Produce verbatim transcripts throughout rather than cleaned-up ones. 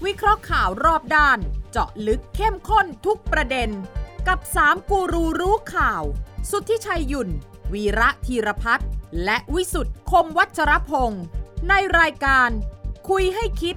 วิเคราะห์ข่าวรอบด้านเจาะลึกเข้มข้นทุกประเด็นกับสามกูรูรู้ข่าวสุทธิชัยหยุ่นวีระธีรพัฒน์และวิสุทธ์คมวัชรพงศ์ในรายการคุยให้คิด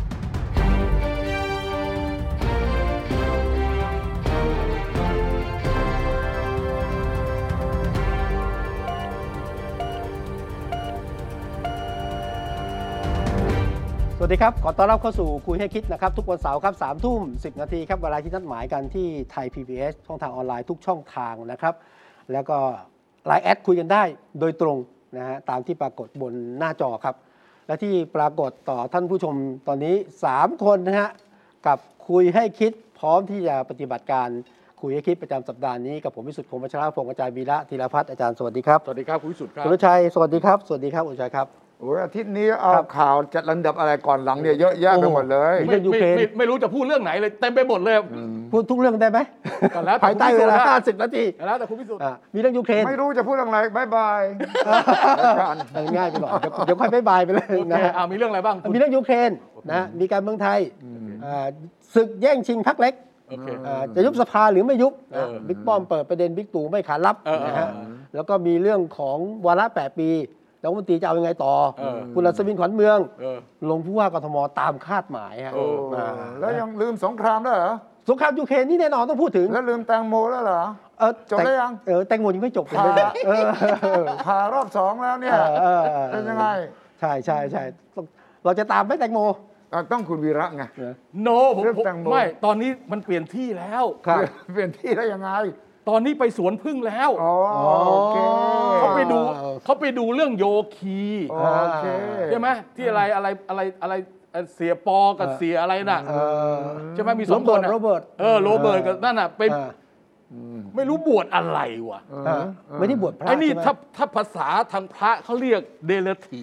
สวัสดีครับขอต้อนรับเข้าสู่คุยให้คิดนะครับทุกวันเสาร์ครับสามทุ่มสิบนาทีครับเวลาที่นัดหมายกันที่ไทย พี บี เอส ช่องทางออนไลน์ทุกช่องทางนะครับแล้วก็ไลน์แอดคุยกันได้โดยตรงนะฮะตามที่ปรากฏบนหน้าจอครับและที่ปรากฏต่อท่านผู้ชมตอนนี้สามคนนะฮะกับคุยให้คิดพร้อมที่จะปฏิบัติการคุยให้คิดประจำสัปดาห์นี้กับผมวิสุทธิ์คมวัชรพงศ์อาจารย์วีระธีรพัฒน์อาจารย์สวัสดีครับสวัสดีครับคุณวิสุทธิ์ครับคุณวิชัยสวัสดีครับสวัสดีครับคุณชัยครับโอ้ยอาทิตย์นี้เอาข่าวจัดลำดับอะไรก่อนหลังเนี่ยเยอะแยะไปหมดเลยไม่ไม่ไม่ไม่รู้จะพูดเรื่องไหนเลยเต็มไปหมดเลยพูดทุกเรื่องได้ไหมก็แล้วภายใต้เวลาห้าสิบนาทีแล้วแต่คุณพิสุทธิ์มีเรื่องยูเครนไม่รู้จะพูดเรื่องอะไรบายบายง่ายไปหน่อยเดี๋ยวค่อยบายบายไปเลยนะฮะมีเรื่องอะไรบ้างมีเรื่องยูเครนนะมีการเมืองไทยศึกแย่งชิงพรรคเล็กจะยุบสภาหรือไม่ยุบบิ๊กป้อมเปิดประเด็นบิ๊กตู่ไม่ขานรับนะฮะแล้วก็มีเรื่องของวาระแปดปีรัฐมนตรีจะเอายังไงต่อคุณรัศวินขวัญเมืองลงผู้ว่ากทมตามคาดหมายฮะแล้วยังลืมสงครามด้วยเหรอสงครามยูเครนนี่แน่นอนต้องพูดถึงแล้วลืมแตงโมแล้วเหรอจบแล้วยังเออแตงโมยังไม่จบเลยผ่ารอบสองแล้วเนี่ยเป็นยังไงใช่ใช่ใช่เราจะตามไหมแตงโมต้องคุณวีระไงโนผมไม่ตอนนี้มันเปลี่ยนที่แล้วเปลี่ยนที่ได้ยังไงตอนนี้ไปสวนพึ่งแล้วเขาไปดูเขาไปดูเรื่องโยคีใช่ไหมที่อะไรอะไรอะไรอะไรเสียปอกับเสียอะไรน่ะใช่ไหมมีสองคนโรเบิร์ตเออโรเบิร์ตกับนั่นน่ะไปไม่รู้บวชอะไรวะไม่ได้บวชพระไอ้นี่ถ้าถ้าภาษาทางพระเขาเรียกเดลถี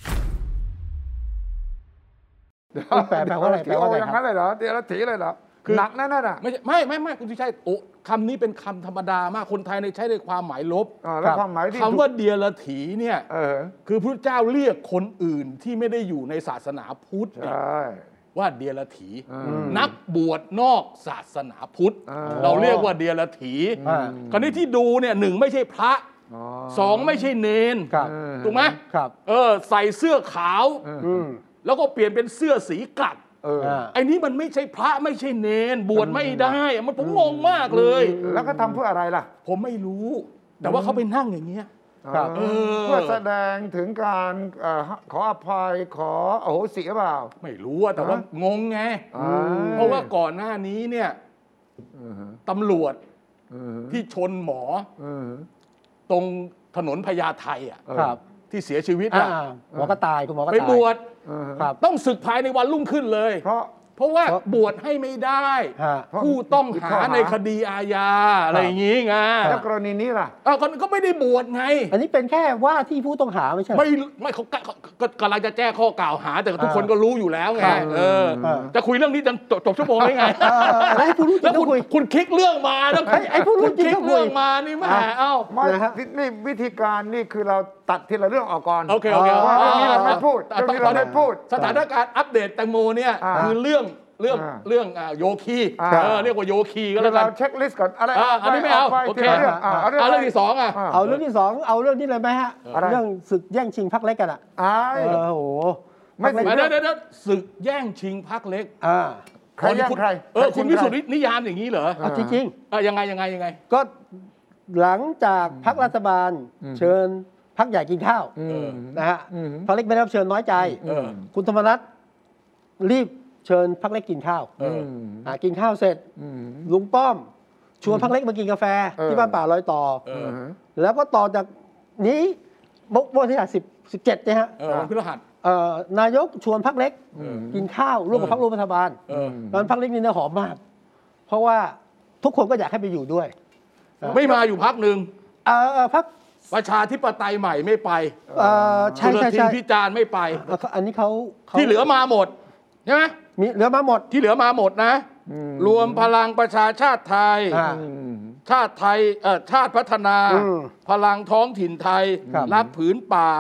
แปลว่าอะไรแปลว่าอะไรอย่างนั้นเลยเหรอเดลถีเลยเหรอหนักนั่นน่ะไม่ไม่ไม่ไม่คุณที่ใช่โอ้คำนี้เป็นคำธรรมดามากคนไทยในใช้ในความหมายลบแล้วความหมายที่คำว่าเดียรถีเนี่ยคือพระเจ้าเรียกคนอื่นที่ไม่ได้อยู่ในศาสนาพุทธว่าเดียรถีนักบวชนอกศาสนาพุทธเราเรียกว่าเดียรถีคราวนี้ที่ดูเนี่ยหนึ่งไม่ใช่พระสองไม่ใช่เนนถูกไหมเออใส่เสื้อขาวแล้วก็เปลี่ยนเป็นเสื้อสีกัดไอ้นี้มันไม่ใช่พระไม่ใช่เนนบวชไม่ได้มันผมงงมากเลยแล้วก็ทำเพื่ออะไรล่ะผมไม่รู้แต่ว่าเขาไปนั่งอย่างเงี้ยเพื่อแสดงถึงการขออภัยขออโหสิหรือเปล่าไม่รู้แต่ว่างงไงเพราะว่าก่อนหน้านี้เนี่ยตำรวจที่ชนหมอตรงถนนพญาไทอ่ะที่เสียชีวิตอ่ะหมอก็ตายคุณหมอก็ตายไปบวชต้องศึกภายในวันรุ่งขึ้นเลยเพราะเพราะว่าบวชให้ไม่ได้ผู้ต้องหาในคดีอาญาอะไรอย่างงี้ไงแล้วกรณีนี้ล่ะอ้าวก็ไม่ได้บวชไงอันนี้เป็นแค่ว่าที่ผู้ต้องหาไม่ใช่ไม่ไม่เขาก็กำลังจะแจ้งข้อกล่าวหาแต่ทุกคนก็รู้อยู่แล้วไงเออจะคุยเรื่องนี้จนจบชั่วโมงได้ไงแล้วคุณคุณคลิกเรื่องมาแล้วไอ้ผู้รู้จริงก็เรื่องมานี่แม่เอ้านี่วิธีการนี่คือเราตัดทีละเรื่องออกก่อนโอเคโอเคว่าเรื่องนี้เราไม่พูดเรื่องนี้เราไม่พูดสถานการณ์อัปเดตแตงโมเนี่ยคือเรื่องเรื่องเรื่องโยคีเรียกว่าโยคีก็แล้วกันเราเช็คลิสต์ก่อนอะไรอันนี้ไม่เอาโอเคเอาเรื่องที่สองอ่ะเอาเรื่องที่สองเอาเรื่องนี้เลยไหมฮะเรื่องศึกแย่งชิงพรรคเล็กกันอ่ะโอ้โหไม่เดี๋ยวเดี๋ยวศึกแย่งชิงพรรคเล็กอ่าใครแย่งใครเออคุณวิสุทธิ์นิยามอย่างนี้เหรอจริงๆอ่ะยังไงยังไงยังไงก็หลังจากพรรครัฐบาลเชิญพรรคใหญ่กินข้าวนะฮะพรรคเล็กไม่ได้รับเชิญน้อยใจคุณธรรมนัสรีบเชิญพรรคเล็กกินข้าวกินข้าวเสร็จลุงป้อมชวนพรรคเล็กมากินกาแฟที่บ้านป่าลอยต่อแล้วก็ต่อจากนี้วันที่สิบสิบเจ็ดเนี่ยฮะพฤหัสนายกชวนพรรคเล็กกินข้าวร่วมกับพรรคร่วมรัฐบาลตอนพรรคเล็กนี่เนื้อหอมมากเพราะว่าทุกคนก็อยากให้ไปอยู่ด้วยไม่มาอยู่พรรคหนึ่งพรรคประชาธิปไตยใหม่ไม่ไปใช่ใช่ใช่พิจารณ์ไม่ไปอันนี้เขาที่เหลือมาหมดใช่ไหมมีเหลือมาหมดที่เหลือมาหมดนะรวมพลังประชาชาติไทยชาติไทยชาติพัฒนาพลังท้องถิ่นไทยรักผืนป่า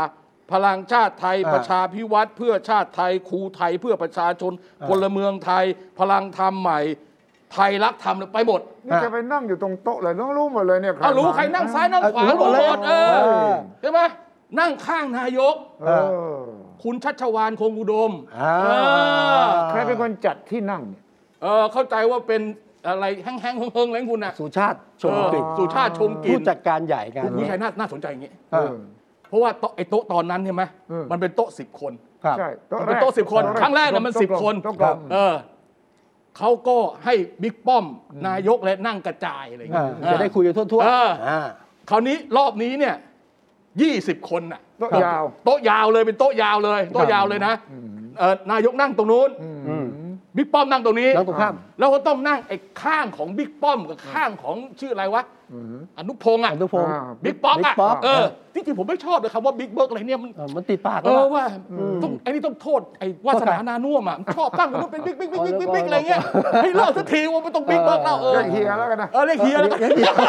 พลังชาติไทยประชาพิวัตรเพื่อชาติไทยครูไทยเพื่อประชาชนพลเมืองไทยพลังธรรมใหม่ไทยรักธรรมไปหมดนี่จะไปนั่งอยู่ตรงโต๊ะเลยต้องรู้หมดเลยเนี่ยเอารู้ใครนั่งซ้ายนั่งขวารู้หมดเออใช่ไหมนั่งข้างนายกคุณชัชวาลคงอุดมใครเป็นคนจัดที่นั่งเนี่ยเออเข้าใจว่าเป็นอะไรแห้งๆเฮิงๆอะไรคุณน่ะสุชาติชมกลิ่นสุชาติชมกลิ่นผู้จัดการใหญ่งานนี้ผู้ชายน่าสนใจอย่างนี้เพราะว่าโต๊ะไอ้โต๊ะตอนนั้นใช่ไหมมันเป็นโต๊ะสิบคนใช่เป็นโต๊ะสิบคนครั้งแรกเนี่ยมันสิบคนเออเขาก็ให้บิ๊กป้อมนายกและนั่งกระจายอะไรอย่างเงี้ยจะได้คุยกันทั่วๆคราวนี้รอบนี้เนี่ยยี่สิบคนน่ะโต๊ะยาวโต๊ะยาวเลยเป็นโต๊ะยาวเลยโต๊ะยาวเลยนะนายกนั่งตรงนู้นบิ๊กป้อมนั่งตรงนี้แล้วก็ต้องนั่งไอ้ข้างของบิ๊กป้อมกับข้างของชื่ออะไรวะอนุพงษ์อ่ะอนุพงษ์บิ๊กป๊อกอ่ะเออที่จริงผมไม่ชอบเลยคำว่าบิ๊กเบิร์กอะไรเนี่ยมันมันติดปากเออว่าต้องไอ้นี่ต้องโทษไอ้วาสนานานุ่มอ่ะชอบตั้งมันเป็นบิ๊กบิ๊กบิ๊กบิ๊กบิ๊กอะไรเงี้ยให้เลิกสักทีว่าไม่ต้องบิ๊กเบิร์กแล้วเออเรียกเฮียแล้วกันนะเออเรียกเฮียแล้วกัน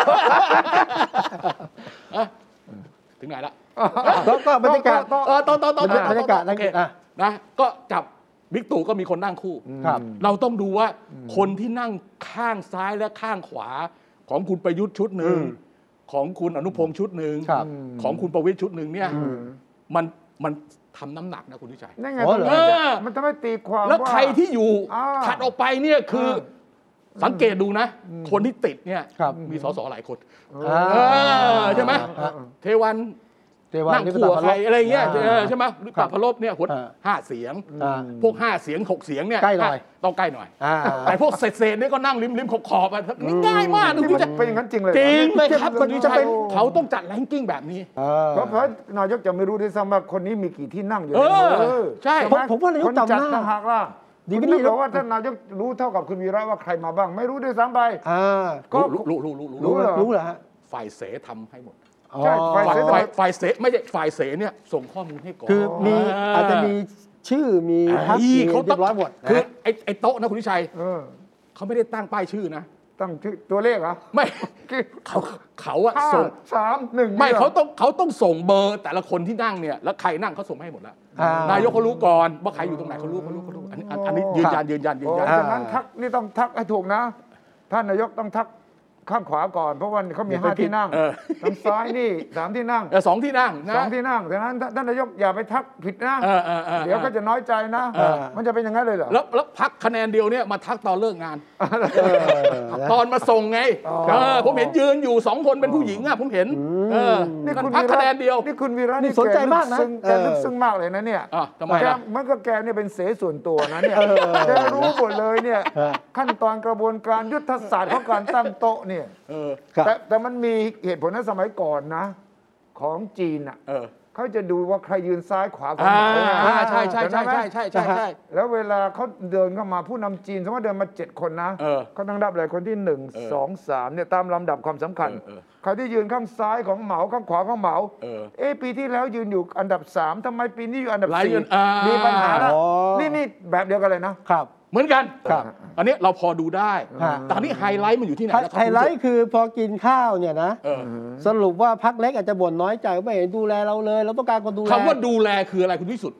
ถึงไหนละก็บรรยากาศเออตอนตอนตอนบรรยากาศนะก็จับบิ๊กตู่ก็มีคนนั่งคู่เราต้องดูว่าคนที่นั่งข้างซ้ายและข้างขวาของคุณประยุทธ์ชุดหนึ่งของคุณอนุพงษ์ชุดหนึ่งของคุณประวิตรชุดหนึ่งเนี่ยมันมันทำน้ำหนักนะคุณวิชัยนั่นไงมันทำให้ตีความแล้วใครที่อยู่ถัดออกไปเนี่ยคือสังเกตดูนะคนที่ติดเนี่ยมีสสหลายคนใช่ไหมเทวันนั่งคู่ใครอะไรเงี้ยใช่ไหมหรือปราบพลบเนี่ยคนห้าเสียงพวกห้าเสียงหกเสียงเนี่ยใกล้หน่อยต้องใกล้หน่อยแต่พวกเศษเศษนี่ก็นั่งริมริมขอบขอบอ่ะง่ายมากนี่จะเป็นอย่างนั้นจริงเลยจริงเลยครับคนนี้จะเป็นเขาต้องจัดแรงกิ้งแบบนี้เพราะเพราะนายกจะไม่รู้ด้วยซ้ำว่าคนนี้มีกี่ที่นั่งอยู่ใช่ผมว่านายกจำหน้าหักล่ะดีไม่ดีบอกว่าท่านนายกรู้เท่ากับคุณวีระว่าใครมาบ้างไม่รู้ด้วยซ้ำไปก็รู้รู้รู้รู้รู้รู้เหรอฮะฝ่ายเสทำให้หมดใช่ฝ่ายฝ่ายเสไม่ใช่ฝ่ายเสเนี่ยส่งข้อมูลให้ก่อนคือมีอาจจะมีชื่อมีพรรคเขาเรียบร้อยหมดคือไอ้ไอ้โต๊ะนะคุณวิชัยเขาไม่ได้ตั้งป้ายชื่อนะตั้งชื่อตัวเลขเหรอไม่เขาเขาอะส่งสามหนึ่งไม่เขาต้องเขาต้องส่งเบอร์แต่ละคนที่นั่งเนี่ยแล้วใครนั่งเขาส่งให้หมดแล้วนายกเขารู้ก่อนว่าใครอยู่ตรงไหนเขารู้เขารู้เขารู้อันนี้อันนี้ยืนยันยืนยันยืนยันดังนั้นทักนี่ต้องทักให้ถูกนะท่านนายกต้องทักข้างขวาก่อนเพราะว่าเขามีห้าที่นั่งทางซ้ายนี่สามที่นั่งสองที่นั่งสองที่นั่งดังนั้นท่านนายกอย่าไปทักผิดนะเดี๋ยวก็จะน้อยใจนะมันจะเป็นอย่างนั้นเลยเหรอแล้วแล้วพักคะแนนเดียวเนี่ยมาทักตอนเลิกงานตอนมาส่งไงผมเห็นยืนอยู่สองคนเป็นผู้หญิงอ่ะผมเห็นนี่คุณพักคะแนนเดียวนี่คุณวีระนี่สนใจมากนะแกลึกซึ้งมากเลยนะเนี่ยแกมันก็แกเนี่ยเป็นเสส่วนตัวนะเนี่ยแกรู้หมดเลยเนี่ยขั้นตอนกระบวนการยุทธศาสตร์ของการตั้งโต๊ะเนี่ยแต่แต่มันมีเหตุผลในสมัยก่อนนะของจีนอ่ะเขาจะดูว่าใครยืนซ้ายขวาของเขาใช่ใช่ใช่ใช่ใช่ใช่ใช่แล้วเวลาเขาเดินเข้ามาผู้นำจีนสมมติเดินมาเจ็ดคนนะเขาตั้งรับเลยคนที่หนึ่งสองสามเนี่ยตามลำดับความสำคัญใครที่ยืนข้างซ้ายของเหมาข้างขวาของเหมาเออปีที่แล้วยืนอยู่อันดับสามทำไมปีนี้อยู่อันดับสี่มีปัญหาแล้วนี่นี่แบบเดียวกันเลยนะครับเหมือนกันอันนี้เราพอดูได้แต่อันนี้ไฮไลท์มันอยู่ที่ไหนไฮไลท์คือพอกินข้าวเนี่ยนะสรุปว่าพรรคเล็กอาจจะบ่นน้อยใจไม่เห็นดูแลเราเลยเราต้องการคนดูแลคำว่าดูแลคืออะไรคุณวิสุทธิ์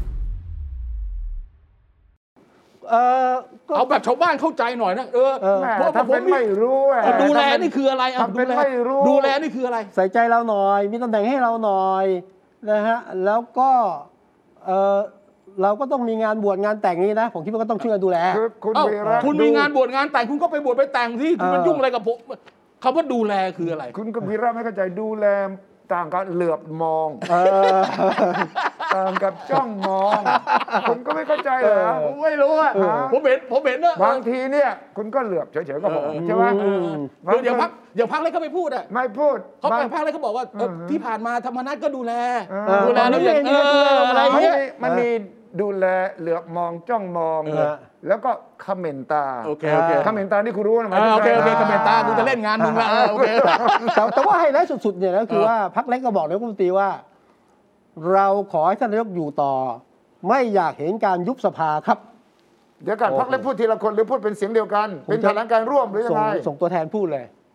เอาแบบชาวบ้านเข้าใจหน่อยนะเออเพราะผมไม่รู้ดูแลนี่คืออะไรอ่ะดูแลดูแลนี่คืออะไรใส่ใจเราหน่อยมีตำแหน่งให้เราหน่อยนะฮะแล้วก็เออเราก็ต้องมีงานบวชงานแต่งนี้นะผมคิดว่าก็ต้องช่วยกันดูแลคุณคุณมีงานบวชงานแต่งคุณก็ไปบวชไปแต่งสิคุณมันยุ่งอะไรกับผมคำว่าดูแลคืออะไรคุณกับวีระไม่เข้าใจดูแลต่างกันเหลือบมองต่างกับจ้องมองคุณก็ไม่เข้าใจเหรอผมไม่รู้อ่ะผมเห็นผมเห็นนะบางทีเนี่ยคุณก็เหลือบเฉยๆก็พอใช่ไหมเดี๋ยวพักเดี๋ยวพักเลยเขาไม่พูดอ่ะไม่พูดเขาไปพักเลยเขาบอกว่าที่ผ่านมาธรรมนัสก็ดูแลดูแลแล้วอย่างอะไรเงี้ยมันมีดูแลเหลือบมองจ้องมองแล้วก็คอมเมนตาโอเคโอเคคอมเมนตานี่คุณรู้นะมั้ยโอเคโอเคคอมเมนตาคุณจะเล่นงานมึงละโอเคแต่ว่าไฮไลท์สุดๆเนี่ยก็คือว่าพรรคเล็กก็บอกนายกรัฐมนตรีว่าเราขอให้ท่านนายกอยู่ต่อไม่อยากเห็นการยุบสภาครับเดี๋ยวกันพรรคเล็กพูดทีละคนหรือพูดเป็นเสียงเดียวกันเป็นแถลงการร่วมหรือยังไงส่งตัวแทนพูดเลย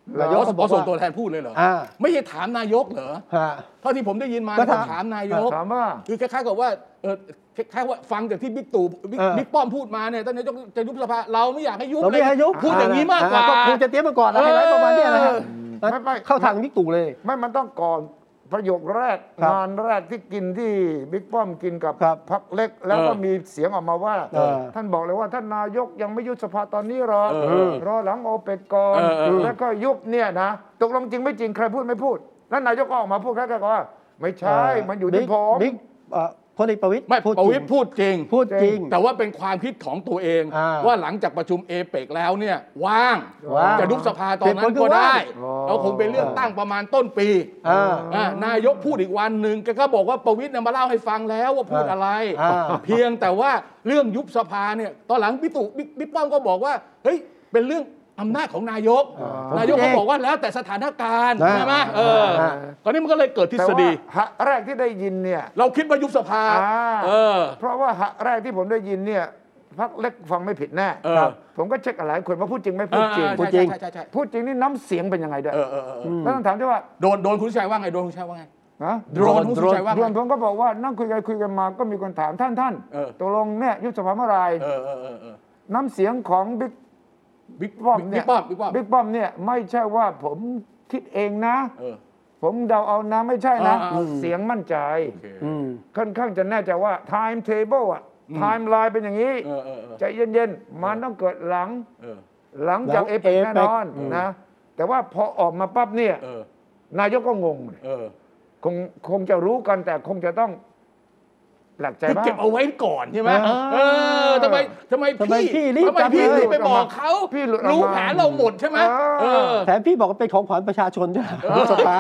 นายกเขาบอกส่งตัวแทนพูดเลยเหรอไม่ใช่ถามนายกเหรอเท่าที่ผมได้ยินมาก็ถามนายกถามว่าคือคล้ายๆกับว่าเออคล้ายๆว่าฟังจากที่บิ๊กตู่บิ๊กป้อมพูดมาเนี่ยตอนนี้จะยุบสภาเราไม่อยากให้ยุบเลยพูดอย่างนี้มากกว่าคงจะเตรียมมาก่อนอะไรประมาณนี้นะฮะไม่เข้าทางบิ๊กตู่เลยไม่มันต้องก่อนประโยคแรกงานแรกที่กินที่บิ๊กป้อมกินกับพรรคเล็กแล้วก็มีเสียงออกมาว่าท่านบอกเลยว่าท่านนายกยังไม่ยุบสภาตอนนี้รอรอหลังโอเปกก่อนแล้วก็ยุบเนี่ยนะตกลงจริงไม่จริงใครพูดไม่พูดแล้วนายกก็ออกมาพูดแค่แค่ว่าไม่ใช่มันอยู่ที่ผมพลเอกประวิตรไม่ประวิตรพูดจริงพูดจริงแต่ว่าเป็นความคิดของตัวเองว่าหลังจากประชุมเอเปกแล้วเนี่ยว่างจะยุบสภาตอนนั้นก็ได้เราคงไปเลือกตั้งประมาณต้นปีนายกพูดอีกวันหนึ่งก็บอกว่าประวิตรมาเล่าให้ฟังแล้วว่าพูดอะไรเพียงแต่ว่าเรื่องยุบสภาเนี่ยตอนหลังบิ๊กตู่บิ๊กป้อมก็บอกว่าเฮ้ยเป็นเรื่องอำนาจของนายกนายกเขาบอกว่าแล้วแต่สถานการณ์ใช่ไหมเออตอนนี้มันก็เลยเกิดทฤษฎีหะแรกที่ได้ยินเนี่ยเราคิดว่ายุบสภาเออเพราะว่าหะแรกที่ผมได้ยินเนี่ยพรรคเล็กฟังไม่ผิดแน่ผมก็เช็คหลายคนว่าพูดจริงไม่พูดจริงพูดจริงพูดจริงนี่น้ำเสียงเป็นยังไงด้วยแล้วต้องถามด้วยว่าโดนโดนคุณชัยว่าไงโดนคุณชัยว่าไงโดนคุณชัยว่าไงผมก็บอกว่านั่งคุยกันคุยกันมาก็มีคนถามท่านท่านตกลงเนี่ยยุบสภาเมื่อไหร่น้ำเสียงของบิ๊กบิ๊กป้อมเนี่ยบิ๊กป้อมเนี่ยไม่ใช่ว่าผมคิดเองนะผมเดาเอานะไม่ใช่นะเสียงมั่นใจค่อนข้างจะแน่ใจว่า time table อะ time line เป็นอย่างนี้ใจเย็นๆมันต้องเกิดหลังหลังจากเอเปกแน่นอนนะแต่ว่าพอออกมาปั๊บเนี่ยนายกก็งงคงคงจะรู้กันแต่คงจะต้องหลักใจบ้างเก็บเอาไว้ก่อนใช่ไหมเออทำไมทำไมพี่ทำไมพี่ไปบอกเขารู้แผนเราหมดใช่ไหมแผนพี่บอกว่าเป็นของขวัญประชาชนใช่ไหมสภา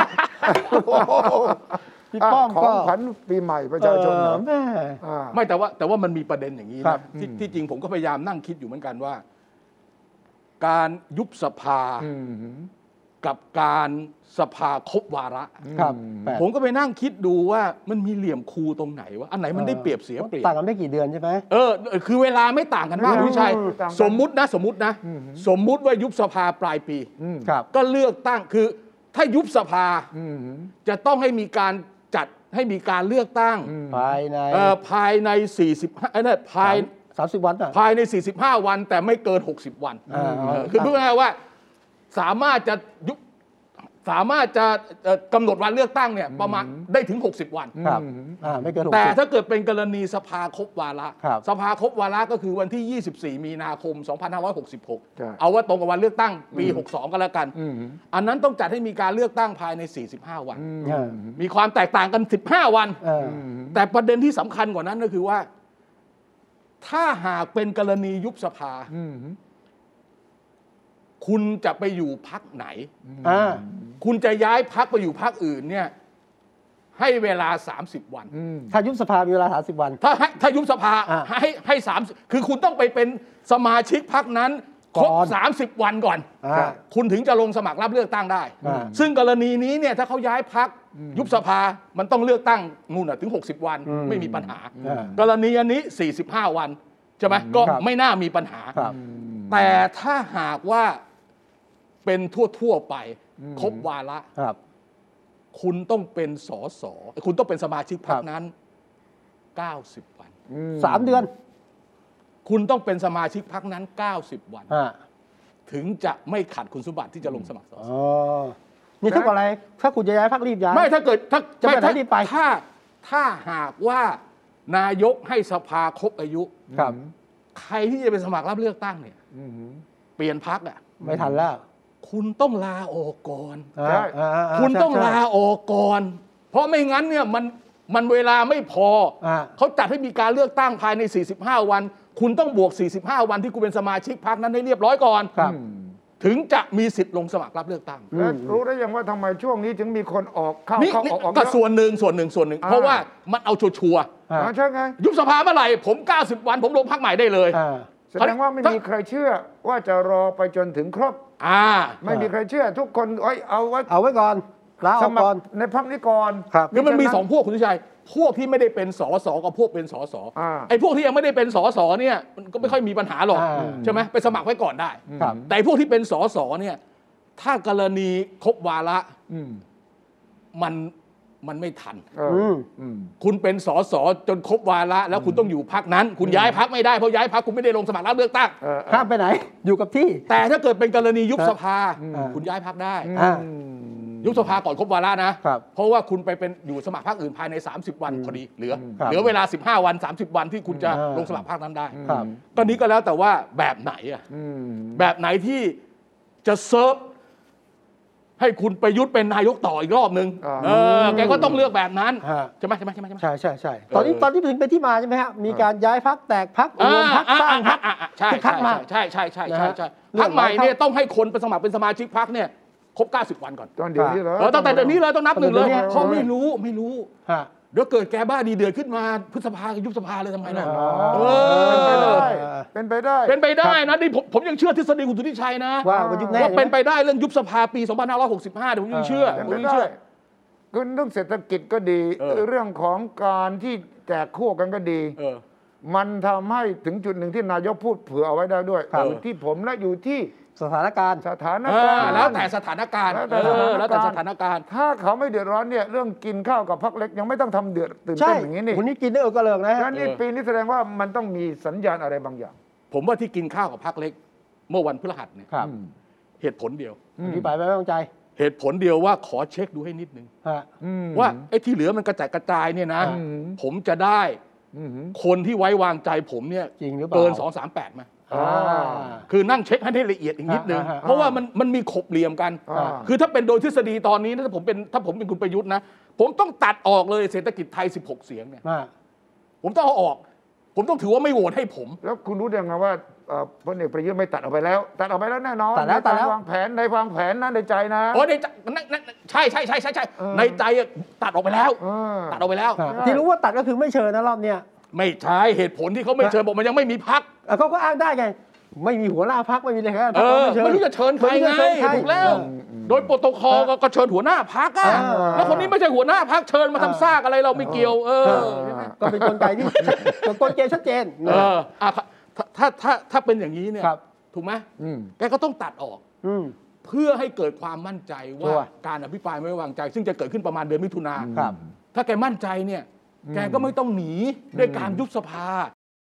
พี่ป้อมของขวัญปีใหม่ประชาชนไม่แต่ว่าแต่ว่ามันมีประเด็นอย่างนี้นะที่จริงผมก็พยายามนั่งคิดอยู่เหมือนกันว่าการยุบสภากับการสภาครบวาระผมก็ไปนั่งคิดดูว่ามันมีเหลี่ยมคูตรงไหนวะอันไหนมันได้เปรียบเสียเปรียบต่างกันไม่กี่เดือนใช่ไหมเออคือเวลาไม่ต่างกันมากพี่ชัยสมมุตินะสมมุตินะสมมุติว่ายุบสภาปลายปีก็เลือกตั้งคือถ้ายุบสภาจะต้องให้มีการจัดให้มีการเลือกตั้งภายในภายในสี่สิบห้าเอ้ยภายสามสิบวันภายในสี่สิบห้าวันแต่ไม่เกินหกสิบวันคือพูดง่ายๆว่าสามารถจะยุบสามารถจะกำหนดวันเลือกตั้งเนี่ยประมาณได้ถึงหกสิบวันครับไม่เกินหกสิบแต่ถ้าเกิดเป็นกรณีสภาครบวาระสภาครบวาระก็คือวันที่ยี่สิบสี่มีนาคมสองพันห้าร้อยหกสิบหกเอาว่าตรงกับวันเลือกตั้งปีหกสิบสองก็แล้วกันอันนั้นต้องจัดให้มีการเลือกตั้งภายในสี่สิบห้าวันมีความแตกต่างกันสิบห้าวันแต่ประเด็นที่สำคัญกว่านั้นก็คือว่าถ้าหากเป็นกรณียุบสภาคุณจะไปอยู่พรรคไหนคุณจะย้ายพรรคไปอยู่พรรคอื่นเนี่ยให้เวลาสามสิบวันถ้ายุบสภามีเวลาสามสิบวันถ้าถ้ายุบสภาให้ให้สามคือคุณต้องไปเป็นสมาชิกพรรคนั้นครบสามสิบวันก่อนคุณถึงจะลงสมัครรับเลือกตั้งได้ซึ่งกรณีนี้เนี่ยถ้าเขาย้ายพรรคยุบสภามันต้องเลือกตั้งนู่นถึงหกสิบวันไม่มีปัญหากรณีอันนี้สี่สิบห้าวันใช่ไหมก็ไม่น่ามีปัญหาแต่ถ้าหากว่าเป็นทั่วๆไปครบวาระคุณต้องเป็นสสคุณต้องเป็นสมาชิกพรรคนั้นเก้าสิบวันสามเดือนคุณต้องเป็นสมาชิกพรรคนั้นเก้าสิบวันถึงจะไม่ขัดคุณสมบัติที่จะลงสมัครสสนี่ถ้าอะไรถ้าคุณจะย้ายพรรครีบย้ายไม่ถ้าเกิดถ้าจะไปไหนรีบไปถ้าถ้าหากว่านายกให้สภาครบอายุใครที่จะเป็นสมัครรับเลือกตั้งเนี่ยเปลี่ยนพรรคอ่ะไม่ทันแล้วคุณต้องลาออกก่อนคุณต้องลาออกก่อนเพราะไม่งั้นเนี่ยมันมันเวลาไม่พอเขาจัดให้มีการเลือกตั้งภายในสี่สิบห้าวันคุณต้องบวกสี่สิบห้าวันที่คุณเป็นสมาชิกพรรคนั้นให้เรียบร้อยก่อนถึงจะมีสิทธิ์ลงสมัครรับเลือกตั้งรู้ได้ยังว่าทำไมช่วงนี้ถึงมีคนออกเข้าเข้าออกออกก็ส่วนหนึ่งส่วนหนึ่งส่วนหนึ่งเพราะว่ามันเอาชัวร์ใช่ไงยุบสภาเมื่อไหร่ผมเก้าสิบวันผมลงพรรคใหม่ได้เลยแสดงว่าไม่มีใครเชื่อว่าจะรอไปจนถึงครบอ่าไม่มีใครเชื่อทุกคนเอ้ยเอาไว้เอาไว้ก่อนลาออกก่อนในพรรคนี้ก่อนคือมันมีสองพวกคุณชัยพวกที่ไม่ได้เป็นสสกับพวกเป็นสสไอ้พวกที่ยังไม่ได้เป็นสสเนี่ยมันก็ไม่ค่อยมีปัญหาหรอกใช่ไหมไปสมัครไว้ก่อนได้แต่พวกที่เป็นสสเนี่ยถ้ากรณีครบวาระมันมันไม่ทันคุณเป็นสสจนครบวาระแล้วคุณต้องอยู่พรรคนั้นคุณย้ายพรรคไม่ได้เพราะย้ายพรรคคุณไม่ได้ลงสมัครรับเลือกตั้งข้ามไปไหนอยู่กับที่แต่ถ้าเกิดเป็นกรณียุบสภาคุณย้ายพรรคได้ยุบสภาก่อนครบวาระนะเพราะว่าคุณไปเป็นอยู่สมัครพรรคอื่นภายในสามสิบวันพอดีเหลือเหลือเวลาสิบห้าวันสามสิบวันที่คุณจะลงสมัครพรรคนั้นได้ตอนนี้ก็แล้วแต่ว่าแบบไหนอ่ะแบบไหนที่จะเซิร์ฟให้คุณประยุทธ์เป็นนายกต่ออีกรอบนึงเออแกก็ต้องเลือกแบบนั้นใช่ไหมใช่ไหมใช่ไหมใช่ใช่ใช่ตอนนี้ตอนนี้ถึงเป็นที่มาใช่ไหมฮะมีการย้ายพรรคแตกพรรครวมพรรคสร้างพรรคใช่ใช่ใช่ใช่ใช่ใช่ใช่พรรคใหม่เนี่ยต้องให้คนไปสมัครเป็นสมาชิกพรรคเนี่ยครบเก้าสิบวันก่อนตอนเดี๋ยวนี้เลยตั้งแต่เดี๋ยวนี้เลยต้องนับหนึ่งเลยเพราะไม่รู้ไม่รู้เดี๋ยวเกิดแกบ้าดีเดือดขึ้นมาพฤษภายุบสภาเลยทำไมล่ะเป็นไปได้เป็นไปได้นะนี่ผมผมยังเชื่อทฤษฎีคุณสุทธิชัยนะว่ายุบแน่ว่าเป็นไปได้เรื่องยุบสภาปีสองพันห้าร้อยหกสิบห้าเดี๋ยวผมยังเชื่อผมยังเชื่อเรื่องเศรษฐกิจก็ดีเรื่องของการที่แจกขั้วกันก็ดีมันทำให้ถึงจุดหนึ่งที่นายกพูดเผื่อเอาไว้ได้ด้วยอยู่ที่ผมและอยู่ที่สถานการณ์สถานการณ์แล้วแต่สถานการณ์แล้วแต่สถานการณ์ถ้าเขาไม่เดือดร้อนเนี่ยเรื่องกินข้าวกับพรรคเล็กยังไม่ต้องทำเดือดตื่นเต้นอย่างนี้นี่คุณนี่กินได้เออก็เลิกนะนั่นนี่ปีนี้แสดงว่ามันต้องมีสัญญาณอะไรบางอย่างผมว่าที่กินข้าวกับพรรคเล็กเมื่อวันพฤหัสเนี่ยเหตุผลเดียวอธิบายไม่ต้องใจเหตุผลเดียวว่าขอเช็คดูให้นิดนึงว่าไอ้ที่เหลือมันกระจายกระจายเนี่ยนะผมจะได้คนที่ไว้วางใจผมเนี่ยเกินสองสามแปดไหมคือนั่งเช็คให้ละเอียดอีกนิดนึงเพราะว่ามันมันมีขบเหลี่ยมกันคือถ้าเป็นโดยทฤษฎีตอนนี้ถ้าผมเป็นถ้าผมเป็นคุณประยุทธ์นะผมต้องตัดออกเลยเศรษฐกิจไทยสิบหกเสียงเนี่ยผมต้องเอาออกผมต้องถือว่าไม่โหวตให้ผมแล้วคุณรู้ได้ไงว่าพลเอกประยุทธ์ไม่ตัดออกไปแล้วตัดออกไปแล้วแน่นอนตัดแล้วตัดแล้ววางแผนในวางแผนนั้นในใจนะโอ้ในใจใช่ใช่ใช่ใช่ใช่ในใจตัดออกไปแล้วตัดออกไปแล้วที่รู้ว่าตัดก็คือไม่เชิญนะรอบเนี้ยไม่ใช่เหตุผลที่เขาไม่เชิญบอกมันยังไม่มีพรรคเขาก็อ้างได้ไงไม่มีหัวหน้าพรรคไม่มีอะไรครับไม่รู้จะเชิญใครไงถูกแล้วโดยโปรโตคอลก็เชิญหัวหน้าพรรคอะแล้วคนนี้ไม่ใช่หัวหน้าพรรคเชิญมาทำซากอะไรเราไม่เกี่ยวเออก็เป็นกลไกที่กลไกชัดเจนเออถ้าถ้าถ้าเป็นอย่างนี้เนี่ยถูกไหมแกก็ต้องตัดออกเพื่อให้เกิดความมั่นใจว่าการอภิปรายไม่ไว้วางใจซึ่งจะเกิดขึ้นประมาณเดือนมิถุนาถ้าแกมั่นใจเนี่ยแกก็ไม่ต้องหนีด้วยการยุบสภา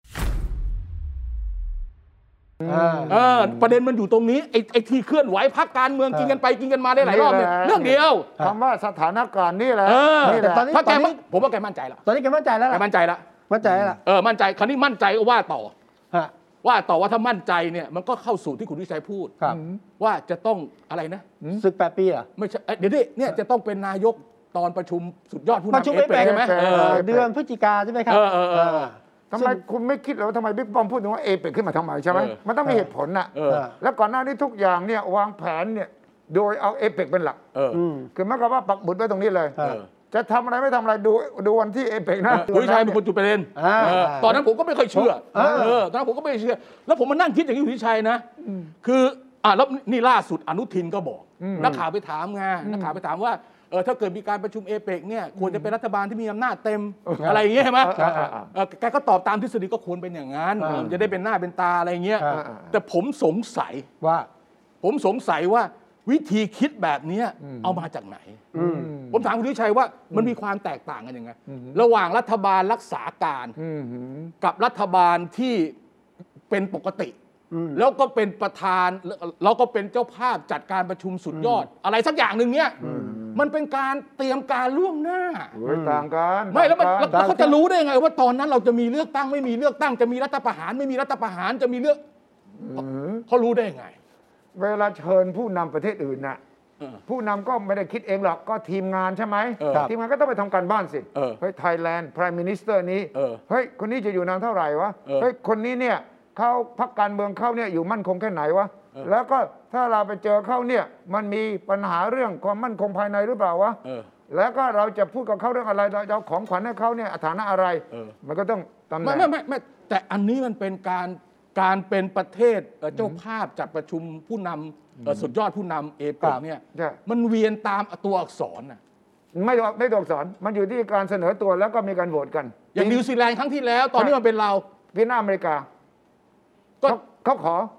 ประเด็นมันอยู่ตรงนี้ไอ้ไอ้ที่เคลื่อนไหวพรรคการเมืองกินกันไปกินกันมาได้หลายรอบเนี่ยเรื่องเดียวคำว่าสถานการณ์นี่แหละแต่ตอนนี้ถ้าแกผมว่าแกมั่นใจแล้วตอนนี้แกมั่นใจแล้วแกมั่นใจแล้วมั่นใจแล้วเออมั่นใจคราวนี้มั่นใจก็ว่าต่อว่าต่อว่าถ้ามั่นใจเนี่ยมันก็เข้าสู่ที่คุณวิชัยพูดว่าจะต้องอะไรนะศึกแปดปีเหรอไม่ใช่เดี๋ยวดิเนี่ยจะต้องเป็นนายกตอนประชุมสุดยอดผู้นำเอเปกใช่ไหมเดือนพฤศจิกาใช่ไหมครับทำไมคุณไม่คิดเลยว่าทำไมบิ๊กป้อมพูดถึงว่าเอเปกขึ้นมาทำไมใช่ไหมมันต้องมีเหตุผลน่ะแล้วก่อนหน้านี้ทุกอย่างเนี่ยวางแผนเนี่ยโดยเอาเอเปกเป็นหลักคือหมายความว่าปักหมุดไว้ตรงนี้เลยจะทำอะไรไม่ทำอะไรดูดูวันที่เอเปกนะคุณชัยเป็นคนจุดประเด็นตอนนั้นผมก็ไม่เคยเชื่อตอนนั้นผมก็ไม่เชื่อแล้วผมมานั่งคิดอย่างนี้คุณชัยนะคืออ่าแล้วนี่ล่าสุดอนุทินก็บอกนักข่าวไปถามไงนักข่าวไปถามว่าเออถ้าเกิดมีการประชุมเอเปกเนี่ยควรจะเป็นรัฐบาลที่มีอำนาจเต็มอะไรอย่างเงี้ยใช่ไหมแกก็ตอบตามทฤษฎีก็ควรเป็นอย่างนั้นจะได้เป็นหน้าเป็นตาอะไรเงี้ยแต่ผมสงสัยว่าผมสงสัยว่าวิธีคิดแบบนี้เอามาจากไหนผมถามคุณวิชัยว่ามันมีความแตกต่างกันยังไงระหว่างรัฐบาลรักษาการกับรัฐบาลที่เป็นปกติแล้วก็เป็นประธานแล้วก็เป็นเจ้าภาพจัดการประชุมสุดยอดอะไรสักอย่างหนึ่งเนี่ยมันเป็นการเตรียมการล่วงหน้าต่างกันไม่แล้วแล้วเขาจะรู้ได้ไงว่าตอนนั้นเราจะมีเลือกตั้งไม่มีเลือกตั้งจะมีรัฐประหารไม่มีรัฐประหารจะมีเลือกเขารู้ได้ไงเวลาเชิญผู้นำประเทศอื่นน่ะผู้นำก็ไม่ได้คิดเองหรอกก็ทีมงานใช่ไหมทีมงานก็ต้องไปทำการบ้านสิเฮ้ยไทยแลนด์พรีเมียร์มินิสเตอร์นี้เฮ้ยคนนี้จะอยู่นานเท่าไหร่วะเฮ้ยคนนี้เนี่ยเขาพรรคการเมืองเขาเนี่ยอยู่มั่นคงแค่ไหนวะแล้วก็ถ้าเราไปเจอเขาเนี่ยมันมีปัญหาเรื่องความมั่นคงภายในหรือเปล่าวะแล้วก็เราจะพูดกับเขาเรื่องอะไรเราจะเอาของขวัญให้เขาเนี่ยฐานะอะไรมันก็ต้องตำแหน่งไม่ไม่ไม่แต่อันนี้มันเป็นการการเป็นประเทศเจ้าภาพจัดประชุมผู้นำสุดยอดผู้นำเอเปกเนี่ยมันเวียนตามตัวอักษรนะไม่ไม่ตัวอักษรมันอยู่ที่การเสนอตัวแล้วก็มีการโหวตกันอย่างนิวซีแลนด์ครั้งที่แล้วตอนนี้มันเป็นเราปีหน้าอเมริกาก็เขาขออ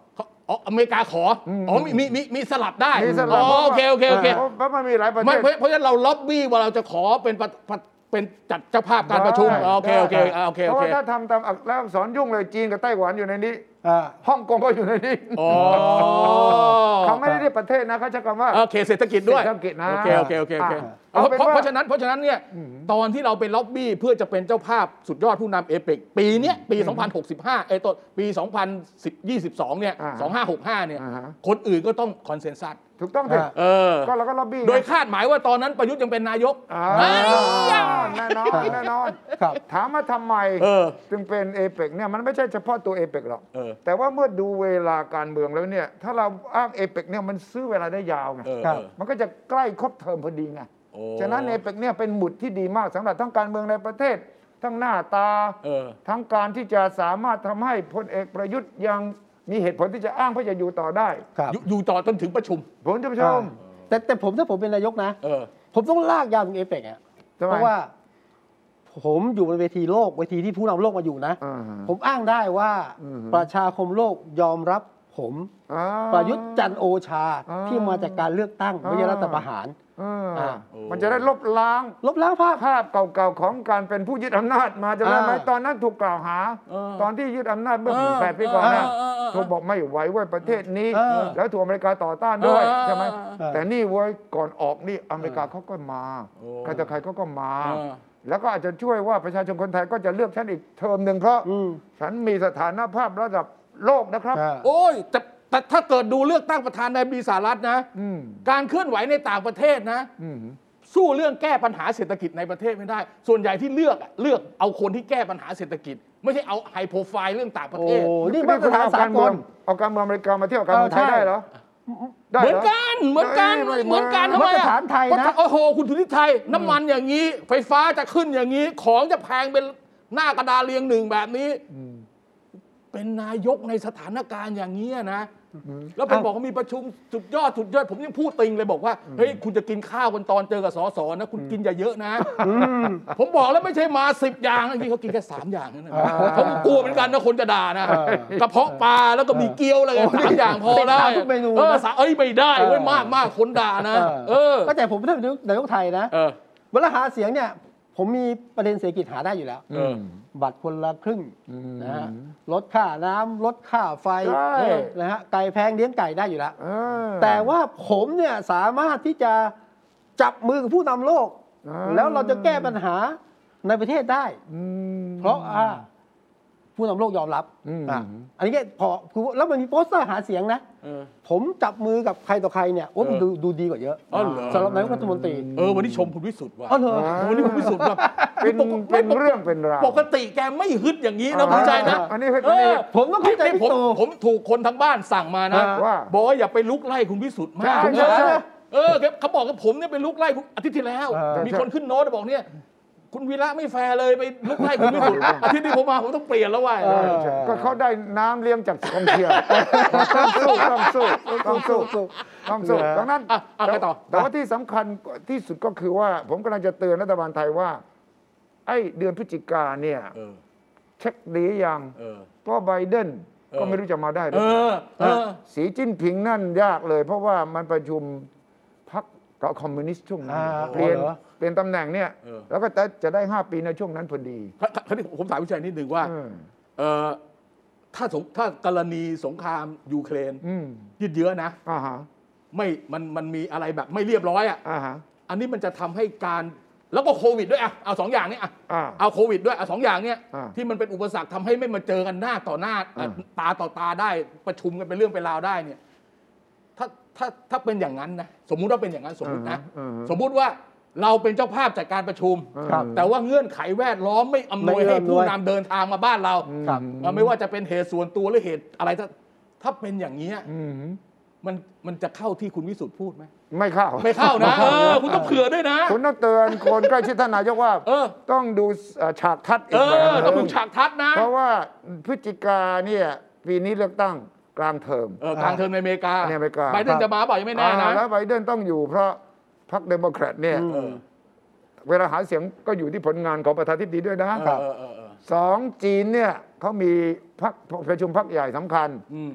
อ๋ออเมริกาขออ๋อมีมีมีมีสลับได้มีสลับอ๋อโอเคโอเคโอเคเพราะมันมีหลายประเทไม่ศเพราะเพราะฉะนั้นเราล็อบบี้ว่าเราจะขอเป็นประประเป็นจัดเจ้าภาพการประชุมได้โอเคโอเคได้อ่าโอเคเพโอราะเคว่าถ้าทำตามอักษรอักษรยุ่งเลยจีนกับไต้หวันอยู่ในนี้อ่าฮ่องกงก็อยู่ในนี้อ๋อเขาไม่ได้เรียกประเทศนะเขาใช้คำว่าโอเคเศรษฐกิจด้วยเศรษฐกิจนะโอเคโอเคโอเคโอเคอ่ะเพราะเอาเป็นเพราะว่าเพราะฉะนั้นเพราะฉะนั้นเนี่ยตอนที่เราไปล็อบบี้เพื่อจะเป็นเจ้าภาพสุดยอดผู้นำเอเปกปีเนี้ยปี สองพันหกสิบห้า เอ้ยต้นปี สองพันยี่สิบสอง เนี่ยอ่าสองพันห้าร้อยหกสิบห้า เนี่ยอ่าฮะคนอื่นก็ต้องคอนเซนแซสถูกต้องสิเออก็เราก็ล็อบบี้โดยคาดหมายว่าตอนนั้นประยุทธ์ยังเป็นนายกอ่าเอ้ยแน่นอนแน่นอนครับถามว่าทำไมเออจึงเป็นเอเปกเนี่ยมันไม่ใช่เฉพาะตัวเอเปกหรอกเออแต่ว่าเมื่อดูเวลาการเมืองแล้วเนี่ยถ้าเราอ้างเอเปกเนี่ยมันซื้อเวลาได้ยาวไงเออครับเออมันก็จะใกล้ครบเทอมพอดีไงโอ้ฉะนั้นเอเปกเนี่ยเป็นหมุดที่ดีมากสำหรับทั้งการเมืองในประเทศ ทั้งหน้าตาเออทั้งการที่จะสามารถทำให้พลเอกประยุทธ์ยังมีเหตุผลที่จะอ้างเพื่อจะอยู่ต่อได้ครับอยู่อยู่ต่อจนถึงประชุมผมจะชมแต่แต่ผมถ้าผมเป็นนายกนะเออผมต้องลากยาวถึงเอเปกอ่ะทำไมเพราะว่า ผมอยู่บนเวทีโลกเวทีที่ผู้นำโลกมาอยู่นะอ่าฮะผมอ้างได้ว่าอืมประชาคมโลกยอมรับผมอ่าประยุทธ์จันทร์โอชาอ่าที่มาจากการเลือกตั้งอ่าไม่ใช่รัฐประหารอ่าอ่ามันจะได้ลบล้างลบล้างภาพภาพเก่าๆของการเป็นผู้ยึดอำนาจมาจะได้ไหมอ่าตอนนั้นถูกกล่าวหาเออตอนที่ยึดอำนาจเมื่อเออแปดปีก่อนนะเออเออเออถูกบอกไม่ไหวเว้ยประเทศนี้เออแล้วถูกอเมริกาต่อต้านด้วยเออใช่ไหมเออแต่นี่เว้ยก่อนออกนี่อเมริกาเขาก็มาโอ้ใครต่อใครเขาก็มาเออแล้วก็อาจจะช่วยว่าประชาชนคนไทยก็จะเลือกฉันอีกเทอมหนึ่งเพราะอืมฉันมีสถานภาพระดับโลกนะครับอ่าโอ้ยแต่แต่ถ้าเกิดดูเลือกตั้งประธานาธิบดีสหรัฐนะอืมการเคลื่อนไหวในต่างประเทศนะอืมสู้เรื่องแก้ปัญหาเศรษฐกิจในประเทศไม่ได้ ส่วนใหญ่ที่เลือกอะเลือกเอาคนที่แก้ปัญหาเศรษฐกิจ ไม่ใช่เอาไฮโปรไฟล์เรื่องต่างประเทศโอ้นี่มาตรฐานเอาสาการกเมืองลเอาการเมืองอเมริกามาเที่ยวกับการเมืองไทยเออใช่ได้เหรอได้เหมืรอนกันเหมือนกันเอ้ยไม่เหมือนกันทำไมมาตรอะฐานไทยนะโอ้โหคุณทุนิไทยน้ำมันอย่างนี้ ไฟฟ้าจะขึ้นอย่างนี้ ของจะแพงเป็นหน้ากระดาษเรียงหนึ่งแบบนี้ เป็นนายกในสถานการณ์อย่างนี้นะ แล้วไปบอกว่ามีประชุมสุดยอดสุดยอดผมยังพูดติงเลยบอกว่าเฮ้ยคุณจะกินข้าวกันตอนเจอกับสสนะคุณกินอย่าเยอะนะ ผมบอกแล้วไม่ใช่มาสิบอย่างจริงๆเขากินแค่สามอย่างนั่นนะผมกลัวเหมือนกันนะคนจะด่านะกระเพาะปลาแล้วก็มีเกี๊ยวอะไรกันสามอย่างพอได้ติดตามทุกเมนูเออนะสาเอ้ยไม่ได้เว้ยมากมากคนด่านะ เออก็แต่ผมถ้าเป็นนายกไทยนะเออเวลาหาเสียงเนี่ย ผมมีประเด็นเศรษฐกิจหาได้อยู่แล้วเออบัตรคนละครึ่งนะฮะลดค่าน้ำลดค่าไฟใช่นะฮะไก่แพงเลี้ยงไก่ได้อยู่แล้วเออแต่ว่าผมเนี่ยสามารถที่จะจับมือกับผู้นำโลกอ่าแล้วเราจะแก้ปัญหาในประเทศได้อืมเพราะอ่าผู้นำโลกยอมรับอืมอ่ะอันนี้ก็พอคือแล้วมันมีโปสเตอร์หาเสียงนะเออผมจับมือกับใครต่อใครเนี่ยโอ้มันเออดูดูดีกว่าเยอะอ๋อเหรอสำหรับนายกรัฐมนตรีเออวันนี้ชมคุณวิสุทธ์ว่ะอ๋อเหรอวันนี้คุณวิสุทธ์แบบเป็นเป็นเรื่องเป็นราวปกติแกไม่ฮึดอย่างนี้นะคุณใจนะอันนี้คือเออันนี้อผมต้องเข้าใจนี่พี่ผมตู่ผมถูกคนทั้งบ้านสั่งมานะว่าบอกว่าอย่าไปลุกไล่คุณวิสุทธ์มากใช่ใช่ใช่เออเขาบอกกับผมเนี่ยไปลุกไล่คุณอาทิตย์ที่แล้วเออมีคนขึ้นโน้ตบอกเนี่ยคุณวีระไม่แฟร์เลยไปลุกไล่คุณวิสุทธ์อาทิตย์นี้ผมมาผมต้องเปลี่ยนแล้วว่ะเออก็เขาได้น้ำเลี้ยงจากกองเชียร์ต้องสู้ต้องสู้ต้องสู้ต้องสู้ดังนั้นอ่ะอ่ะไปต่อแต่ว่าที่สำคัญที่สุดก็คือว่า ผมกำลังจะเตือนรัฐบาลไทยว่า ไอ้เดือนพฤศจิกาเนี่ยเออเช็คดียังเออเพราะไบเดนเออก็ไม่รู้จะมาได้หรืเออเปล่าอเออสีจิ้นผิงนั่นยากเลย เพราะว่ามันประชุมพรรคกับคอมมิวนิสต์ช่วงนั้นอ่าเปลี่ยนอ๋อเหรอเปลี่ยนตำแหน่งเนี่ยเออแล้วก็จะจะได้ห้าปีในช่วงนั้นพอดีคราวนี้ผมถามวิชัยนิดนึงว่าเออเออถ้าสงถ้ากรณีสงครามยูเครนอืมยืดเยื้อนะอ่าฮะไม่มันมันมีอะไรแบบไม่เรียบร้อยอ่ะอ่าฮะอันนี้มันจะทำให้การแล้วก็โควิดด้วยอ่ะเอาสองอย่างเนี้ยอ่ะอ่าเอาโควิดด้วยเอาสองอย่างเนี้ยอ่าที่มันเป็นอุปสรรคทำให้ไม่มาเจอกันหน้าต่อหน้าอ่าตาต่อตาได้ประชุมกันเป็นเรื่องเป็นราวได้เนี่ยถ้าถ้าถ้าเป็นอย่างนั้นนะสมมุติว่าเป็นอย่างนั้นสมมุตินะอ่าฮะสมมุติว่าเราเป็นเจ้าภาพจัดการประชุมครับแต่ว่าเงื่อนไขแวดล้อมไม่อำนวยไม่ให้อำนวยผู้นำเดินทางมาบ้านเราครับอ่ะไม่ว่าจะเป็นเหตุส่วนตัวหรือเหตุอะไรถ้าถ้าเป็นอย่างนี้ยอืมมันมันจะเข้าที่คุณวิสุทธ์พูดไหมไม่เข้าไม่เข้านะเออคุณต้องเผื่อด้วยนะคุณต้องเตือนคนใกล้ชิดท่านนายกว่าเออต้องดูเอ่อฉากทัดอีเอกแบบอต้องดูฉากทัดนะเพราะว่าพฤศจิกาเนี่ยปีนี้เลือกตั้งกลางเทอมเออกลางเทอมในอเมริกาในอเมริกาไบเดนจะมาเปล่ายังไม่แน่นะอ่าแล้วไบเดนต้องอยู่เพราะพรรคเดโมแครตเนี่ยเออเวลาหาเสียงก็อยู่ที่ผลงานของประธานาธิบดีด้วยนะเออเออเออเออสองจีนเนี่ยเขามีพรรคประชุมพรรคใหญ่สำคัญอืม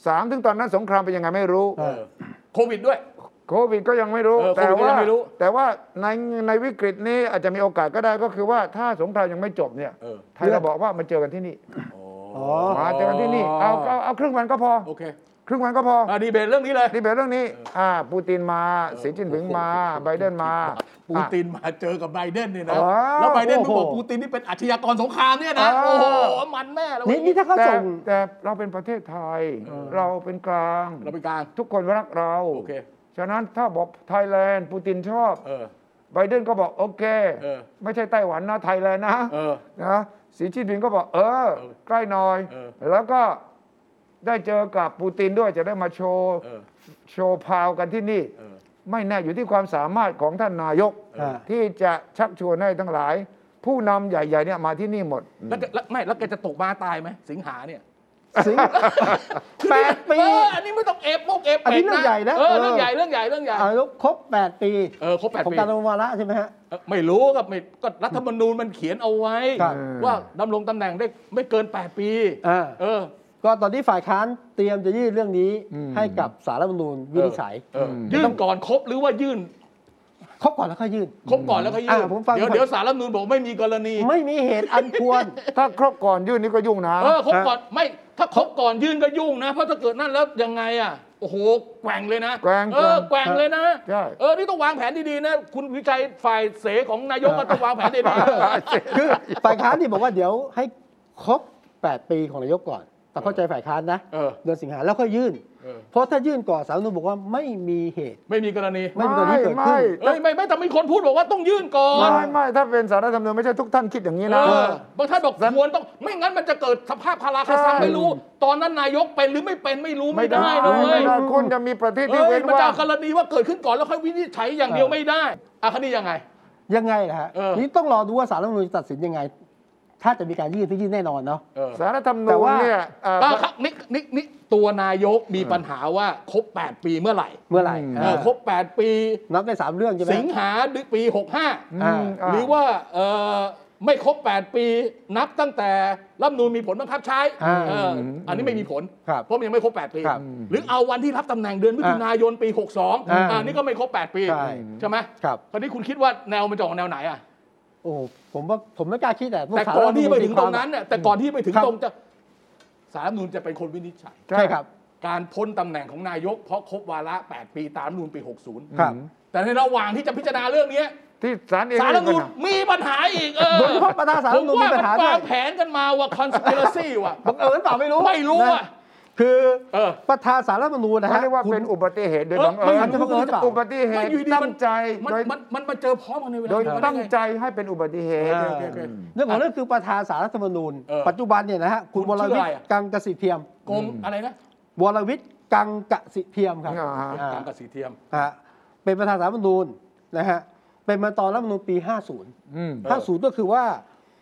สามถึงตอนนั้นสงครามเป็นยังไงไม่รู้โควิดด้วยโควิดก็ยังไม่รู้แต่ว่าแต่ว่าในในวิกฤตนี้อาจจะมีโอกาสก็ได้ก็คือว่าถ้าสงครามยังไม่จบเนี่ยไทยเราบอกว่ามาเจอกันที่นี่มาเจอกันที่นี่เอาเอาเอาครึ่งวันก็พอโอเคครึ่งวันก็พอดีเบตเรื่องนี้เลยดีเบตเรื่องนี้อ่าปูตินมาสีจิ้นผิงมาไบเดนมาปูตินมาเจอกับไบเดนเนี่ยนะแล้วไบเดนบอกปูตินนี่เป็นอาชญากรสงครามเนี่ยนะโอ้โหมันแม่แล้วนี่นี่ถ้าเขาส่งแต่เราเป็นประเทศไทยเราเป็นกลางเราเป็นกลางทุกคนรักเราโอเคฉะนั้นถ้าบอกไทยแลนด์ปูตินชอบไบเดนก็บอกโอเคไม่ใช่ไต้หวันนะไทยแลนด์นะนะสีจิ้นผิงก็บอกเออใกล้หน่อยแล้วก็ได้เจอกับปูตินด้วยจะได้มาโชว์โชว์พาวกันที่นี่ไม่แน่อยู่ที่ความสามารถของท่านนายกที่จะชักชวนให้ทั้งหลายผู้นำใหญ่ๆเนี่ยมาที่นี่หมดแล้วไม่แล้วแกจะตกมาตายไหมสิงหาเนี่ยสิงแปดปีอันนี้ไม่ต้องเอฟโมกเอฟอันนี้เรื่องใหญ่นะเออเรื่องใหญ่เรื่องใหญ่เรื่องใหญ่ครบแปดปีเออครบแปดปีของการดำรงวาระใช่ไหมฮะไม่รู้กับไม่ก็รัฐธรรมนูญมันเขียนเอาไว้ว่าดำรงตำแหน่งได้ไม่เกินแปดปีเออก็ตอนนี้ฝ่ายค้านเตรียมจะยื่นเรื่องนี้ให้กับศาลรัฐธรรมนูญวินิจฉัยยื่นก่อนครบหรือว่ายื่นครบก่อนแล้วค่อยยื่นครบก่อนแล้วค่อยยื่นเดี๋ยวเดี๋ยวศาลรัฐธรรมนูญบอกไม่มีกรณีไม่มีเหตุอันควรถ้าครบก่อนยื่นนี่ก็ยุ่งนะเออครบก่อนไม่ถ้าครบก่อนยื่นก็ยุ่งนะเพราะถ้าเกิดนั่นแล้วยังไงอ่ะโอ้โหแกว่งเลยนะแกว่งเออแกว่งเลยนะเออนี่ต้องวางแผนดีๆนะคุณวิจัยฝ่ายเสของนายกก็ต้องวางแผนดีๆคือฝ่ายค้านนี่บอกว่าเดี๋ยวให้ครบแปดปีของนายกก่อนแต่เข้าใจฝ่ายค้านนะเดือนสิงหาแล้วก็ยื่นเพราะถ้ายื่นก่อนศาลรัฐธรรมนูญบอกว่าไม่มีเหตุไม่มีกรณีไม่มีกรณีเกิดขึ้นไม่ไม่ไม่แต่มีคนพูดบอกว่าต้องยื่นก่อนไม่ไม่ถ้าเป็นศาลรัฐธรรมนูญไม่ใช่ทุกท่านคิดอย่างนี้นะบางท่านบอกควรต้องไม่งั้นมันจะเกิดสภาพคาราคาซังไม่รู้ตอนนั้นนายกเป็นหรือไม่เป็นไม่รู้ไม่ได้เลยคุณจะมีประเทศที่เว้นว่ามันจะกรณีว่าเกิดขึ้นก่อนแล้วค่อยวินิจฉัยอย่างเดียวไม่ได้อ่ะคดียังไงยังไงนะฮะนี่ต้องรอดูว่าศาลรัฐธรรมนูญตัดสินยังไงถ้าจะมีการยื่นที่ยื่นแน่นอนเนาะศาลรัฐธรรมนูญเนี่ยนิกนิกนิกตัวนายกมีปัญหาว่าครบแปดปีเมื่อไหร่เมื่อไหร่ครบแปดปีนับได้สามเรื่องใช่ไหมสิงหาปีหกสิบห้าหรือว่าไม่ครบแปดปีนับตั้งแต่รัฐธรรมนูญมีผลบังคับใช้อันนี้ไม่มีผลเพราะมันยังไม่ครบแปดปีหรือเอาวันที่รับตำแหน่งเดือนมิถุนายนปีหกสิบสองอันนี้ก็ไม่ครบแปดปีใช่ไหมครับคราวนี้คุณคิดว่าแนวมันจะออกแนวไหนอ่ะโอ้ผมว่าผมไม่กล้าคิดแต่แต่ก่อนที่ไปถึงตรงนั้นเนี่ยแต่ก่อนที่ไปถึงตรงจะศาลรัฐธรรมนูญจะเป็นคนวินิจฉัยใช่ครับการพ้นตำแหน่งของนายกเพราะครบวาระแปดปีตามรัฐธรรมนูญปีหกสิบครับแต่ในระหว่างที่จะพิจารณาเรื่องนี้ที่ศาลเองศาลรัฐธรรมนูญมีปัญหาอีกเออโดยเฉพาะประธานศาลรัฐธรรมนูญมีปัญหาด้วยวางแผนกันมาว่า conspiracy ว่ะบังเอิญเปล่าไม่รู้ไม่รู้อ่ะคือประธานศาลรัฐธรรมนูญนะฮะเรียกว่าเป็นอุบัติเหตุโดยบังเอิญอุบัติเหตุตั้งใจโดยมันมันมาเจอพร้อมกันในเวลาโดยตั้งใจให้เป็นอุบัติเหตุเรื่องของเรื่องคือประธานศาลรัฐธรรมนูญปัจจุบันเนี่ยนะฮะคุณวรวิทย์กังกสิเทียมกรมอะไรนะวรวิทย์กังกสิเทียมครับกังกสิเทียมฮะเป็นประธานศาลรัฐธรรมนูญนะฮะเป็นมาตอนรัฐธรรมนูญปีห้าสิบ ห้าสิบก็คือว่า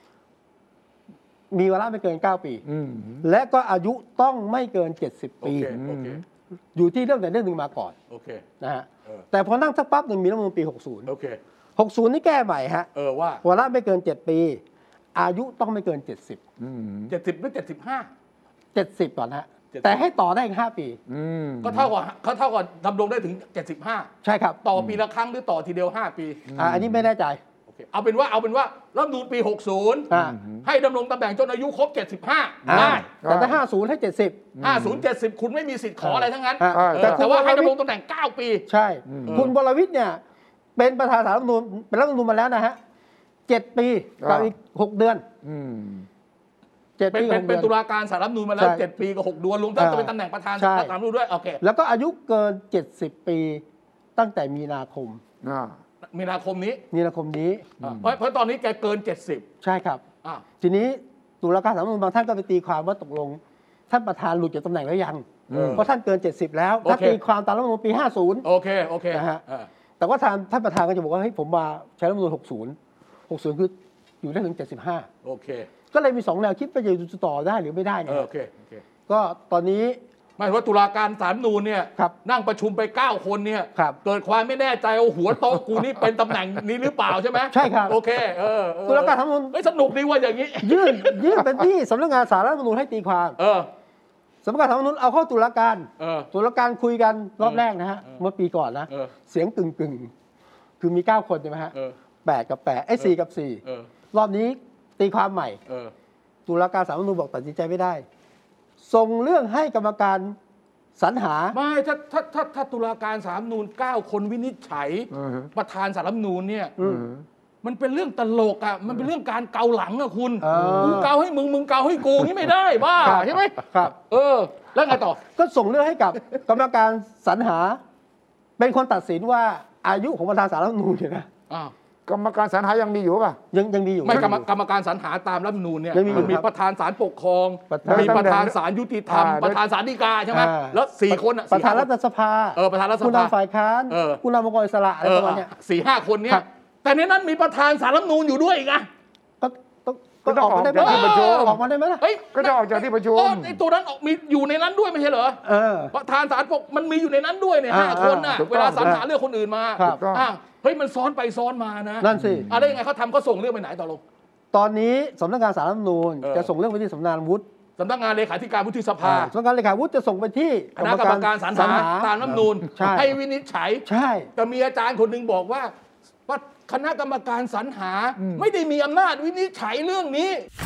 มีวาระไม่เกินเก้าปีและก็อายุต้องไม่เกินเจ็ดสิบปีอยู่ที่เรื่องใดเรื่องหนึ่งมาก่อนนะฮะแต่พอนั่งสักปั๊บหนึ่งมีรัฐธรรมนูญปีหกสิบ หกสิบนี่แก้ใหม่ฮะเออว่าวาระไม่เกินเจ็ดปีอายุต้องไม่เกินเจ็ดสิบเจ็ดสิบหรือเจ็ดสิบห้าเจ็ดสิบก่อนฮะแต่ให้ต่อได้อีกห้าปีก็เท่ากับเขาเท่ากับดำรงได้ถึงเจ็ดสิบห้าใช่ครับต่อปีละครั้งหรือต่อทีเดียวห้าปีอ่าอันนี้ไม่แน่ใจเอาเป็นว่าเอาเป็นว่ารัฐธรรมนูญปีหกสิบให้ดำรงตำแหน่งจนอายุครบเจ็ดสิบห้าได้แต่ถ้าห้าสิบให้เจ็ดสิบห้าสิบ เจ็ดสิบคุณไม่มีสิทธิ์ขออะไรทั้งนั้นแต่ว่าให้ดำรงตำแหน่งเก้าปีใช่คุณวรวิทย์เนี่ยเป็นประธานศาลรัฐธรรมนูญเป็นรัฐธรรมนูญมาแล้วนะฮะเจ็ดปีกับอีกหกเดือนเป็นเป็นตุลาการศาลรัฐธรรมนูญมาแล้วเจ็ดปีกับหกเดือนรวมทั้งจะเป็นตำแหน่งประธานศาลรัฐธรรมนูญด้วยโอเคแล้วก็อายุเกินเจ็ดสิบปีตั้งแต่มีนาคมมีนาคมนี้มีนาคมนี้เพราะเพราะตอนนี้แกเกินเจ็ดสิบใช่ครับทีนี้ตุลาการศาลรัฐธรรมนูญบางท่านก็ไปตีความว่าตกลงท่านประธานหลุดจากตำแหน่งแล้วยังเพราะท่านเกินเจ็ดสิบแล้วถ้าตีความตามรัฐธรรมนูญปีห้าสิบโอเคโอเคนะฮะแต่ว่าทางท่านประธานก็จะบอกว่าเฮ้ยผมมาใช้รัฐธรรมนูญหกสิบ หกสิบคืออยู่ได้ถึงเจ็ดสิบห้าโอเคก็เลยมีสองแนวคิดว่าจะอยู่ต่อได้หรือไม่ได้เนี่ยโอเคโอเคก็ตอนนี้หมายว่าตุลาการศาลรัฐธรรมนูญเนี่ยนั่งประชุมไปเก้าคนเนี่ยเกิดความไม่แน่ใจว่าหัวโต๊ะกูนี่เป็นตำแหน่งนี้หรือเปล่าใช่ไหมใช่ครับโอเคเออตุลาการศาลรัฐธรรมนูญสนุกดีว่าอย่างนี้ยื่นยื่นเป็นที่สำนักงานศาลรัฐธรรมนูญให้ตีความเออสำนักงานสารรัฐธรรมนูญเอาเข้าตุลาการเออตุลาการคุยกันรอบเออแรกนะฮะเออเมื่อปีก่อนนะเออเสียงกึ่งกึ่งๆคือมีเก้าคนใช่ไหมฮะเออแปดกับแปดไอ้สี่กับสี่เออรอบนี้ตีความใหม่เออตุลาการศาลรัฐธรรมนูญบอกตัดสินใจไม่ได้ ส่งเรื่องให้กรรมการสรรหาไม่ถ้าถ้าถ้าถ้าตุลาการศาลรัฐธรรมนูญเก้าคนวินิจฉัยอือฮึประธานศาลรัฐธรรมนูญเนี่ยอืมมันเป็นเรื่องตลกอ่ะมันเป็นเรื่องการเกาหลังอ่ะคุณเออกูเกาให้มึงมึงเกาให้กูนี่ไม่ได้บ้าครับใช่ไหมครับเออ แล้วไงต่อก็ส่งเรื่องให้กับกรรมการสรรหา เป็นคนตัดสินว่าอายุของประธานศาลรัฐธรรมนูญเนี่ยนะอ้าวกรรมการสรรหายังมีอยู่ป่ะยังยังมีอยู่ไม่กรรมยังอยู่กรรมการสรรหาตามรัฐธรรมนูญเนี่ยยังมีอยู่มันมีครับประธานศาลปกครองประธานมีประธานศาลยุติธรรมอ่าประธานศาลฎีกาใช่ไหมอ่าแล้วสี่คนอ่ะประธานรัฐสภาเออประธานรัฐสผู้ภานำฝ่ายค้านเออผู้นำองค์กรอิสระอะไรเอปอระมาณเนี้ยสี่ห้าคนเนี่ครัยบแต่ในนั้นมีประธานศาลรัฐธรรมนูญอยู่ด้วยอีกอะก็ต้องก็ต้องออกมาได้ไหมออกจากที่ประชุมออกมาได้ไหมล่ะเฮ้ยก็จะออกจากที่ประชุมอ๋อไอ้ตัวนั้นออกมีอยู่ในนั้นด้วยไม่ใช่เหรอเออประธานศาลปกมันมีอยู่ในนั้นด้วยเนี่ยอ่าห้าคนน่ะถูกต้องเวลาสรรหาเลือกคนอื่นมาครับถูกต้องอ่ะเฮ้ยมันซ้อนไปซ้อนมานะนั่นสิอะไรยังไงเขาทำเขาส่งเรื่องไปไหนต่อลงตอนนี้สำนักงานสารรัฐธรรมนูญเออจะส่งเรื่องไปที่สำนักงานวุฒิสำนักงานเลขาธิการวุฒิสภาสำนักงานเลขาวุฒิจะส่งไปที่คณะกรรมการสรรหาตามรัฐธรรมนูญใช่ให้วินิจฉัยใช่แต่มีอาจารย์คนหนึ่งบอกว่าว่าคณะกรรมการสรรหาอืมไม่ได้มีอำนาจวินิจฉัยเรื่องนี้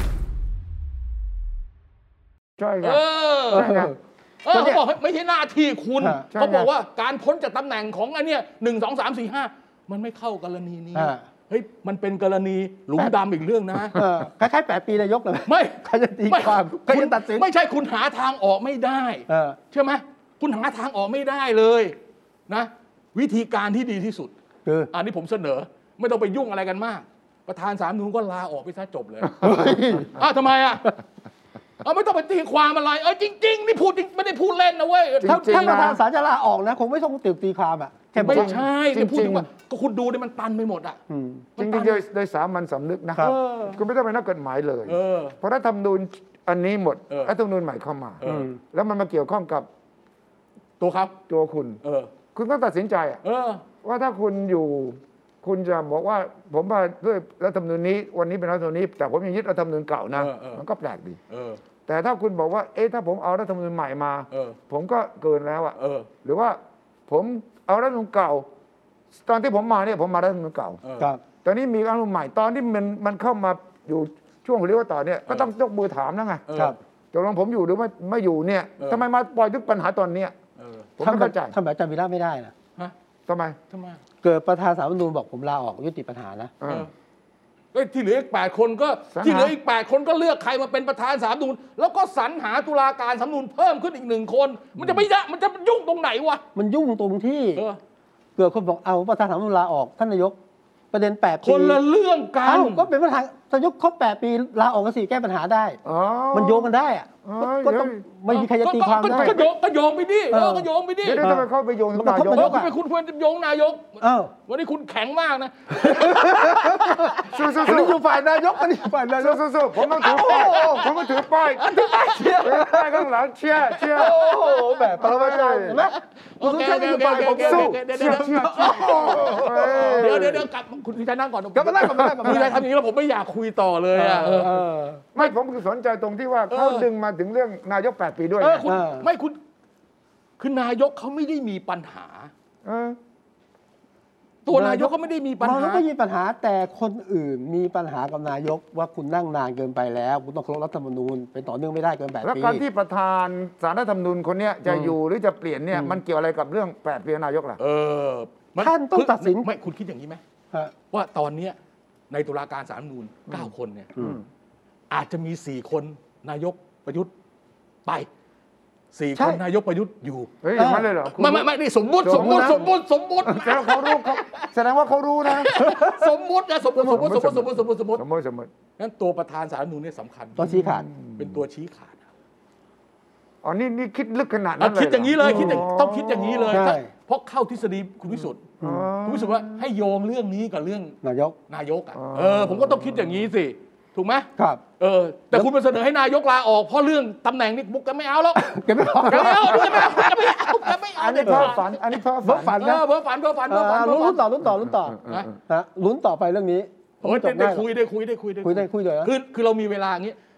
ใช่คเอรับอใช่ครับเออเขาบอกไม่ใช่หน้าที่คุณฮะใช่เขาบอกไงว่าการพ้นจากตำแหน่งของไอ้เนี่ยหนึ่งสองสามสี่ห้ามันไม่เข้ากรณีนี้ฮะเฮ้ยมันเป็นกรณีหลุมดำอีกเรื่องนะเออคล้ายๆแปดปีนายกเลยไม่ใครจะตีความใครคุณจะตัดสินไม่ใช่คุณหาทางออกไม่ได้เออใช่ไหมคุณหาทางออกไม่ได้เลยนะ วิธีการที่ดีที่สุดคืออันนี้ผมเสนอไม่ต้องไปยุ่งอะไรกันมาก ประธานศาลรัฐธรรมนูญก็ลาออกไปซะจบเลยอ้าวทำไมอ่ะเอาไม่ต้องไปตีความอะไรเออจริงๆนี่พูดจริงไม่ได้พูดเล่นนะเว้ยถ้าจริงๆถ้าประธานนะศาลจะลาออกนะคงไม่ต้องตีตีความอ่ะแค่บอกไม่ว่าใช่จริงๆจะพูดถึงว่าก็คุณดูดิมันตันไปหมดอ่ะอืมจริงๆโดยโดยสามัญสำนึกนะครับเออคุณไม่ต้องเป็นนักกฎหมายเลยเออเพราะรัฐธรรมนูญอันนี้หมดเออรัฐธรรมนูญใหม่เข้ามาเออแล้วมันมาเกี่ยวข้องกับตัวครับตัวคุณเออคุณต้องตัดสินใจอะเออว่าถ้าคุณอยู่คุณจะบอกว่าผมว่าด้วยรัฐธรรมนูญนี้วันนี้เป็นรัฐธรรมนูญนี้แต่ผมยังยึดรัฐธรรมนูญเก่านะเออเออมันก็แปลกดีเออแต่ถ้าคุณบอกว่าเอ๊ะถ้าผมเอารัฐธรรมนูญใหม่มาเออผมก็เกินแล้วอะเออหรือว่าผมเอารัฐธรรมนูญเก่า ตอนที่ผมมาเนี่ยผมมารัฐธรรมนูญเก่าเออครับตอนนี้มีรัฐธรรมนูญใหม่ตอนที่มันมันเข้ามาอยู่ช่วงหัวเรียกว่าต่อเนี่ยก็ต้องยกมือถามแล้วไงเออครับตกลงผมอยู่หรือไม่ไม่อยู่เนี่ยเออทำไมมาปล่อยทุกปัญหาตอนเนี้ยเออผมไม่เข้าใจทำแบบอาจารย์วีระไม่ได้นะฮะทำไมทำไมเกิดประธานศาลรัฐธรรมนูญบอกผมลาออกยุติปัญหานะเอเอออเอ้ยที่เหลืออีกแปดคนก็สรรหาที่เหลืออีกแปดคนก็เลือกใครมาเป็นประธานศาลรัฐธรรมนูญแล้วก็สรรหาตุลาการศาลรัฐธรรมนูญเพิ่มขึ้นอีกหนึ่งคน มันจะไม่ยะมันจะยุ่งตรงไหนวะมันยุ่งตรงที่เออเกิดคนบอกเอาประธานศาลรัฐธรรมนูญลาออกท่านนายก ประเด็นแปดปีคนละเรื่องกัเอ้าน ก็เป็นประธานนายกครบแปดปีลาออกกันสิแก้ปัญหาได้อ๋อมันโยงกันได้อะเอ้ยก็ต้องไม่มีใครจะตีความก็ได้ก็ก็โยงก็โยงไปดิเออก็โยงไปดิเดี๋ยวทำไมเข้าไปโยงมันกระทบนายกนายกคุณเป็นคุณควรจะโยงนายกเอ้าวันนี้คุณแข็งมากนะสู้สู้คนนี้อสู้ยู่ฝ่ายนายกคนนี้อยู่ฝ่ายนายสู้กสู้สู้ผมต้องถือป้ายผมต้องถือป้ายป้ายข้างหลังเชียร์เชียร์โอ้โหแบบปรมาจารย์เห็นไหมโอคุณเคสุชาติก็อยู่ฝ่ายผมโอเคสู้โอเคเดี๋ยวเชียร์เชียร์เชียร์เดี๋ยวเดี๋ยวเดี๋ยวกลับคุณชัยนั่งก่อนกลับมาได้กลับมาได้กลับคุมาณได้ชัยทำอย่างนี้แล้วผมไม่อยากคุยต่อเลยอ่ะเออเออไม่ผมคือสนใจตรงที่ว่าเขาดึงมาถึงเรื่องนายกแปดปีด้วยเออนะคุณเออไม่คุณคือนายกเขาไม่ได้มีปัญหาเออตัวนายกก็ไม่ได้มีปัญเราหาไม่มีปัญหาแต่คนอื่นมีปัญหากับนายกว่าคุณนั่งนานเกินไปแล้วคุณต้องเคารพรัฐธรรมนูญเป็นต่อเนื่องไม่ได้เกินแปดแล้วปีการที่ประธานศาลรัฐธรรมนูญคนเนี้ยจะอืมอยู่หรือจะเปลี่ยนเนี่ยอืมมันเกี่ยวอะไรกับเรื่องแปดปีนายกล่ะเออมัท่านต้องตัดสินไม่คุณคิดอย่างนี้ไหมฮะว่าตอนเนี้ยในตุลาการศาลรัฐธรรมนูญเก้าคนเนี่ยอืมอาจจะมีสี่คนนายกประยุทธ์ไปสี่ใช่คนนายกประยุทธ์อยู่เฮ้ยอย่างนั้นเลยเหรอคุณไม่ไม่ไม่นี่สมมุติสมมุติสมมุติสมมุติแสดงว่าเขารู้เขาแสดงว่าเขารู้นะสมมุตินะสมมุติสมมุติสมมุติสมมุติสมมุติสมมุติสมมติสมมติงั้นตัวประธานศาลรัฐธรรมนูญเนี่ยสำคัญต้องชี้ขาดเป็นตัวชี้ขาดอ๋อนี่นี่คิดลึกขนาดนั้อ่ะนเลยคิดอย่างนี้เลยคิดอย่างอ๋อต้องคิดอย่างนี้เลยใช่ถ้าเพราะเข้าทฤษฎีคุณวิสุทธ์อ๋อคุณวิสุทธ์ว่าให้โยงเรื่องนี้กับเรื่องนายกนายกอ่ะอ๋อเออผมก็ต้องคิดอย่างนี้สิถูกไหมครับเออแต่คุณไปเสนอให้นายกลาออกเพราะเรื่องตำแหน่งนี่บุกแกไม่เอาแล้วแกไม่พอแกไม่เอาแกไม่เอาแกไม่เอาแกไม่เอาอันนี้เพ้อฝันอันนี้เพ้อเพ้อฝัฝันนเออเพ้อฝันเพ้อฝันเพ้อฝันอ่าเพ้อลุ้นฝัลุ้นนต่อลุ้นต่อลุ้นต่อนะนะลุ้นต่อไปเรื่องนี้โอ้ยจได้บได้คุยได้คุยได้คุยได้คุยได้คุยเลยนะคือคือเรามีเวลาอย่างนี้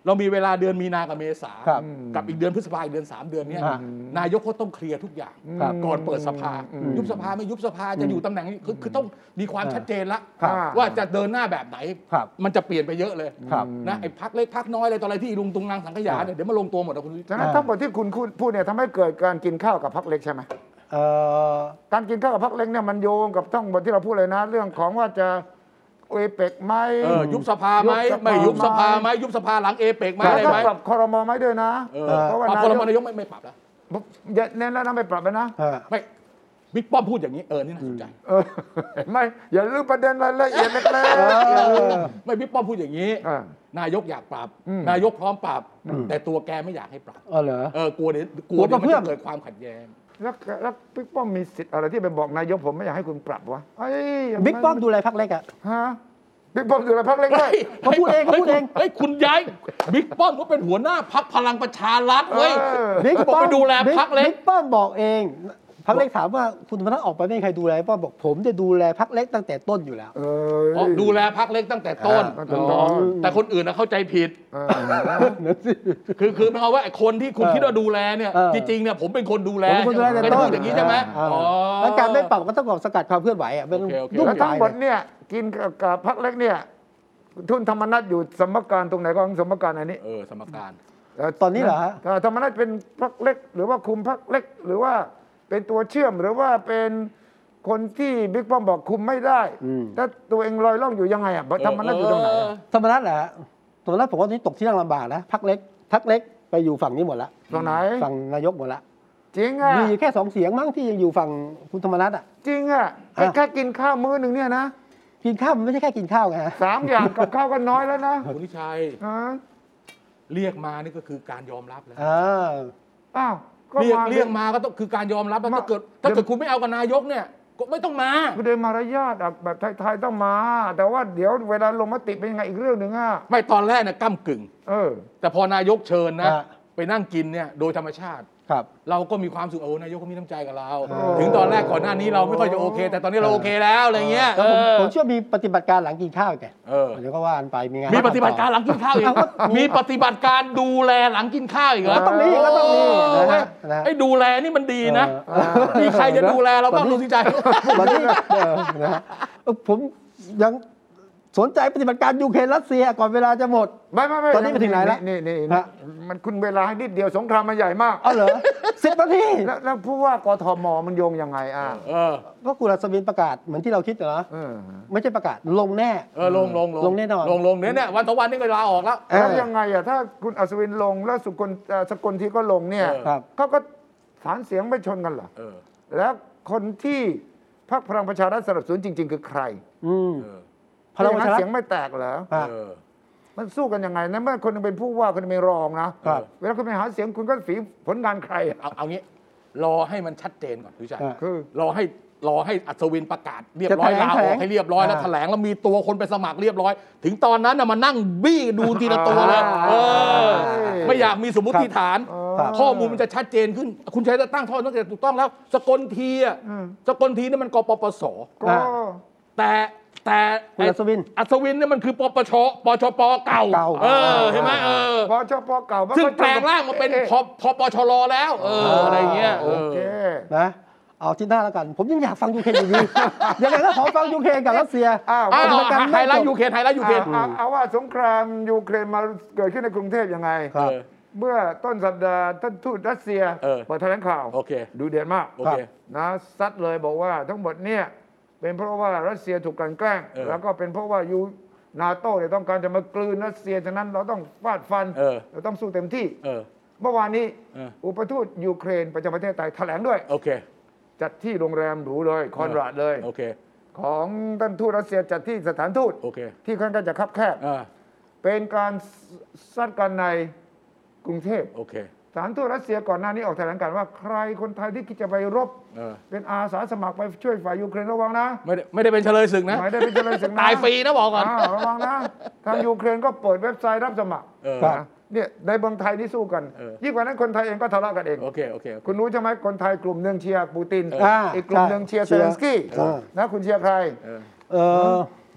เรามีเวลาเดือนมีนากับเมษาครับกับอีกเดือนพฤษภาอีกเดือนสามเดือนเนี้ยอ่านายกเขาต้องเคลียร์ทุกอย่างครับก่อนเปิดสภาอืมยุบสภาไม่ยุบสภาจะอยู่ตำแหน่งนี้คือคือต้องมีความชัดเจนละครับว่าจะเดินหน้าแบบไหนครับมันจะเปลี่ยนไปเยอะเลยครับนะไอ้พักเล็กพักน้อยอะไรต่ออะไรที่ลุงตุงนางสังขยาเนี่ยเดี๋ยวมาลงตัวหมดนะคุณวิทย์ฉะนั้นทั้งหมดที่คุณพูดเนี่ยทำให้เกิดการกินข้าวกับพรรคเล็กใช่ไหมเอ่อการกินข้าวกับพรรคเล็กเนี่ยมันโยงกับทั้งหมดที่เราพูดเลยนะ เรื่องของว่าจะเอเปกไหมเออยุบสภาไหมยุบสภาไม่ยุบสภาไหมยุบสภาหลังเอเปกไหมแล้วอะไรก็ไหมปรับครมไหมด้วยนะเออเพราะว่าปรับนายคกรมนายกไม่ไม่ปรับแล้วอย่าเน้นแล้วนะไม่ปรับแล้วนะเออไม่บิ๊กป้อมพูดอย่างนี้เออนี่น่าสนใจเออไม่อย่าลืมประเด็นรายละเอียดเล็กๆอย่าลืมไม่บิ๊กป้อมพูดอย่างนี้อ่านายกอยากปรับอืมนายกพร้อมปรับ แต่ตัวแกไม่อยากให้ปรับอ๋อเหรอเออกลัวเดี๋ยวกลักลัววเดี๋ยวมันกระเพื่อมจะเกิดความขัดแย้งแล้วแล้วบิ๊กป้อมมีสิทธิ์อะไรที่ไปบอกนายกผมไม่อยากให้คุณปรับวะไอ้ย่างนั้นบิ๊กป้อมดูแลพรรคเล็กอ่ะฮะบิ๊กป้อมดูแลพรรคเล็กด้วยเขาพูดเองเขาพูดเองเฮ้ยคุณย้ายบิ๊กป้อมเขาเป็นหัวหน้าพรรคพลังประชารัฐเว้ยเออบิ๊กเขาบอกป้อมไปดูแลพรรคเล็กบิ๊กป้อมบอกเองพรรคเล็กถามว่าคุณธรรมนัฐออกไปไม่มีใครดูแลป้อมบอกผมจะดูแลพรรคเล็กตั้งแต่ต้นอยู่แล้วเออ๋ออดูแลพรรคเล็กตั้งแต่ต้นอ่าตั้งแต่ต้นอ๋อแต่คนอื่นนะเข้าใจผิดเออนั่นสิคือคือหมายความว่าไอ้คนที่คุณเออคิดว่าดูแลเนี่ยเออจริงๆเนี่ยผมเป็นคนดูแลผมเป็นคนดูแลแต่ไม่ต้ได้นพูดอย่างนี้ใช่ไหมเอออ๋อแล้วการไม่ปรับก็ต้องบอกสกัดความเคลื่อนไหวอ่ะเป็นโอเคโอเคยุ่งแล้วทั้งยายหมดเลยเนี่ยกินกับกับพรรคเล็กเนี่ยทุนธรรมนัฐอยู่สมการตรงไหนของสมการอันนี้เออสมการตอนนี้เหรอฮะเธรรมนัฐเป็นพรรคเล็ก หรือว่าคุมพรรคเล็ก หรือว่าเป็นตัวเชื่อมหรือว่าเป็นคนที่บิ๊กป้อมบอกคุมไม่ได้อืมแล้วตัวเองลอยล่องอยู่ยังไงอ่ะธรรมนัฐอยู่ตรงไหนอะธรรมนัฐแหละธรรมนัฐผมว่านี่ตกที่นั่งลำบากนะพรรคเล็กพรรคเล็กไปอยู่ฝั่งนี้หมดละตรงไหนฝั่งนายกหมดละจริงอ่ะมีอยู่แค่สองเสียงมั้งที่ยังอยู่ฝั่งคุณธรรมนัฐอ่ะจริงอ่ะอ่ะแค่กินข้าวมื้อหนึ่งเนี่ยนะกินข้าวมันไม่ใช่แค่กินข้าวไงฮะสามอย่างกับข้าวก็น้อยแล้วนะคุณนิชัยอ่าเรียกมานี่ก็คือการยอมรับแล้วอ่าอ้าวก็เรียกมาเรียกมาก็ต้องคือการยอมรับแล้วมาถ้าเกิดถ้าเกิดคุณไม่เอากับนายกเนี่ยก็ไม่ต้องมาโดยมารยาทอะแบบไทยๆต้องมา แต่ว่าเดี๋ยวเวลาลงมติเป็นยังไงอีกเรื่องหนึ่งอ่ะไม่ตอนแรกเนี่ยก้ำกึ่งเออแต่พอนายกเชิญนะอ่ะไปนั่งกินเนี่ยโดยธรรมชาติครับเราก็มีความสุขโอ้นายกก็มีน้ำใจกับเราอ๋อถึงตอนแรกก่อนหน้านี้เราไม่ค่อยจะโอเค แต่ตอนนี้เราโอเคแล้วอะไรเงี้ยแต่ผมเออผมเชื่อมีปฏิบัติการหลังกินข้าวแกเออเดี๋ยวก็ว่ากันไปมีงานมีปฏิบัติการหลังกินข้าวอีกมีปฏิบัติการดูแลหลังกินข้าวอีกเหรอก็ต้องมีก็ต้องมีนะฮะนะฮะไอ้ดูแลนี่มันดีนะเออมีใครจะดูแลเราบ้างดูสิใจวันนี้เออนะฮะเออผมยังสนใจปฏิบัติการยูเครนรัสเซียก่อนเวลาจะหมดไม่ไม่ไม่ตอนนี้ไปถึงไหนแล้วนี่นี่ฮะมันคุณเวลาให้นิดเดียวสงครามมันใหญ่มากเอาเหรอสิบนาทีแล้วแล้วผู้ว่ากทมมันโยงยังไงอ่ะเออก็คุณอัศวินประกาศเหมือนที่เราคิดเหรอเออไม่ใช่ประกาศลงแน่เออลงลงลงแน่นอนลงลงเนี่ยเนี่ยวันต่อวันนี่ก็ลาออกแล้วเออแล้วยังไงอ่ะถ้าคุณอัศวินลงแล้วสุกลเอ่อสกลทีก็ลงเนี่ยเออครับเขาก็ฐานเสียงไม่ชนกันเหรอเออแล้วคนที่พรรคพลังประชารัฐสนับสนุนจริง ๆ คือใครอืมเออพลังประชารัฐเสียงไม่แตกเหรออ่ะเออมันสู้กันยังไงนะเมื่อคนหนึงเป็นผู้ว่าคนหนึงเป็นรองนะครับ เวลาคุณไปหาเสียงคุณก็ฝีผลงานใครอะเอาเอางี้รอให้มันชัดเจนก่อนพี่ชัยอ่ะคือรอให้รอให้อัศวินประกาศเรียบจะร้อยแถลงลาอแถลอกงให้เรียบร้อยแล้วอ่าแถลงแล้วมีตัวคนไปสมัครเรียบร้อย ถึงตอนนั้นน่ะมานั่งบี้ดูทีละตัวเลยอ่าเออไม่อยากมีสมมติฐานครับข้อมูลมันจะชัดเจนขึ้น คุณชัยจะตั้งข้อตั้งแต่ถูกต้องแล้ว สกลทีอ่ะอืมสกลทีนี่มันกปปสก็อ่าแต่แต่คุณอัศวินอัศวินเนี่ยมันคือปปชปชปเก่าเก่าเออเห็นไหมเออพอชปเก่ามันซึ่งก็แปลงร่างมาเป็นอ๊ะพพปชรแล้วเอออะไรเงี้ยโอเคนะเอาที่หน้าแล้วกัน ผมยังอยากฟังยูเครนอยู่ดี ยังไงก็ขอฟังยูเครนกับรัสเซียอ้าวอ้าวปฏิบัติการไฮไลท์ไม่จบยูเครนไฮไลท์ยูเครนเอาเอาเอาว่าสงครามยูเครนมาเกิดขึ้นในกรุงเทพยังไงครับเออเมื่อต้นสัปดาห์ท่านทูตรัสเซียเออเปิดแถลงข่าวโอเคดูเดือดมากโอเคนะซัดเลยบอกว่าทั้งหมดเนี่ยเป็นเพราะว่ารัสเซียถูกกลั่นแกล้งเออแล้วก็เป็นเพราะว่ายูนาโต้เนี่ยต้องการจะมากลืนรัสเซียฉะนั้นเราต้องฟาดฟันเออเราต้องสู้เต็มที่เออเมื่อวานนี้เอออุปทูตยูเครนประจำประเทศไทยแถลงด้วยโอเคจัดที่โรงแรมหรูเลยคอนราดเลยโอเคของท่านทูตรัสเซียจัดที่สถานทูตโอเคที่ค่อนข้างจะคับแคบอ่าเป็นการซัดกันในกรุงเทพโอเคสถานทูตรัสเซียก่อนหน้านี้ออกแถลงการณ์ว่าใครคนไทยที่คิดจะไปรบเออเป็นอาสาสมัครไปช่วยฝ่ายยูเครนระวังนะไม่ได้ไม่ได้เป็นเฉลยศึกนะไม่ได้เป็นเจริญศึกนะตายฟรีนะบอกก่อนาระวังนะทางยูเครนก็เปิดเว็บไซต์รับสมัครเออนะเนี่ยในเมืองไทยนี่สู้กันเออยิ่งกว่านั้นคนไทยเองก็ทะเลาะกันเองโอเค โอเคคุณรู้ใช่ไหมคนไทยกลุ่มหนึ่งเชียร์ปูตินอ่าอีกกลุ่มหนึ่งเชียร์เซเลนสกี้เออนะคุณเชียร์ใครเออเออ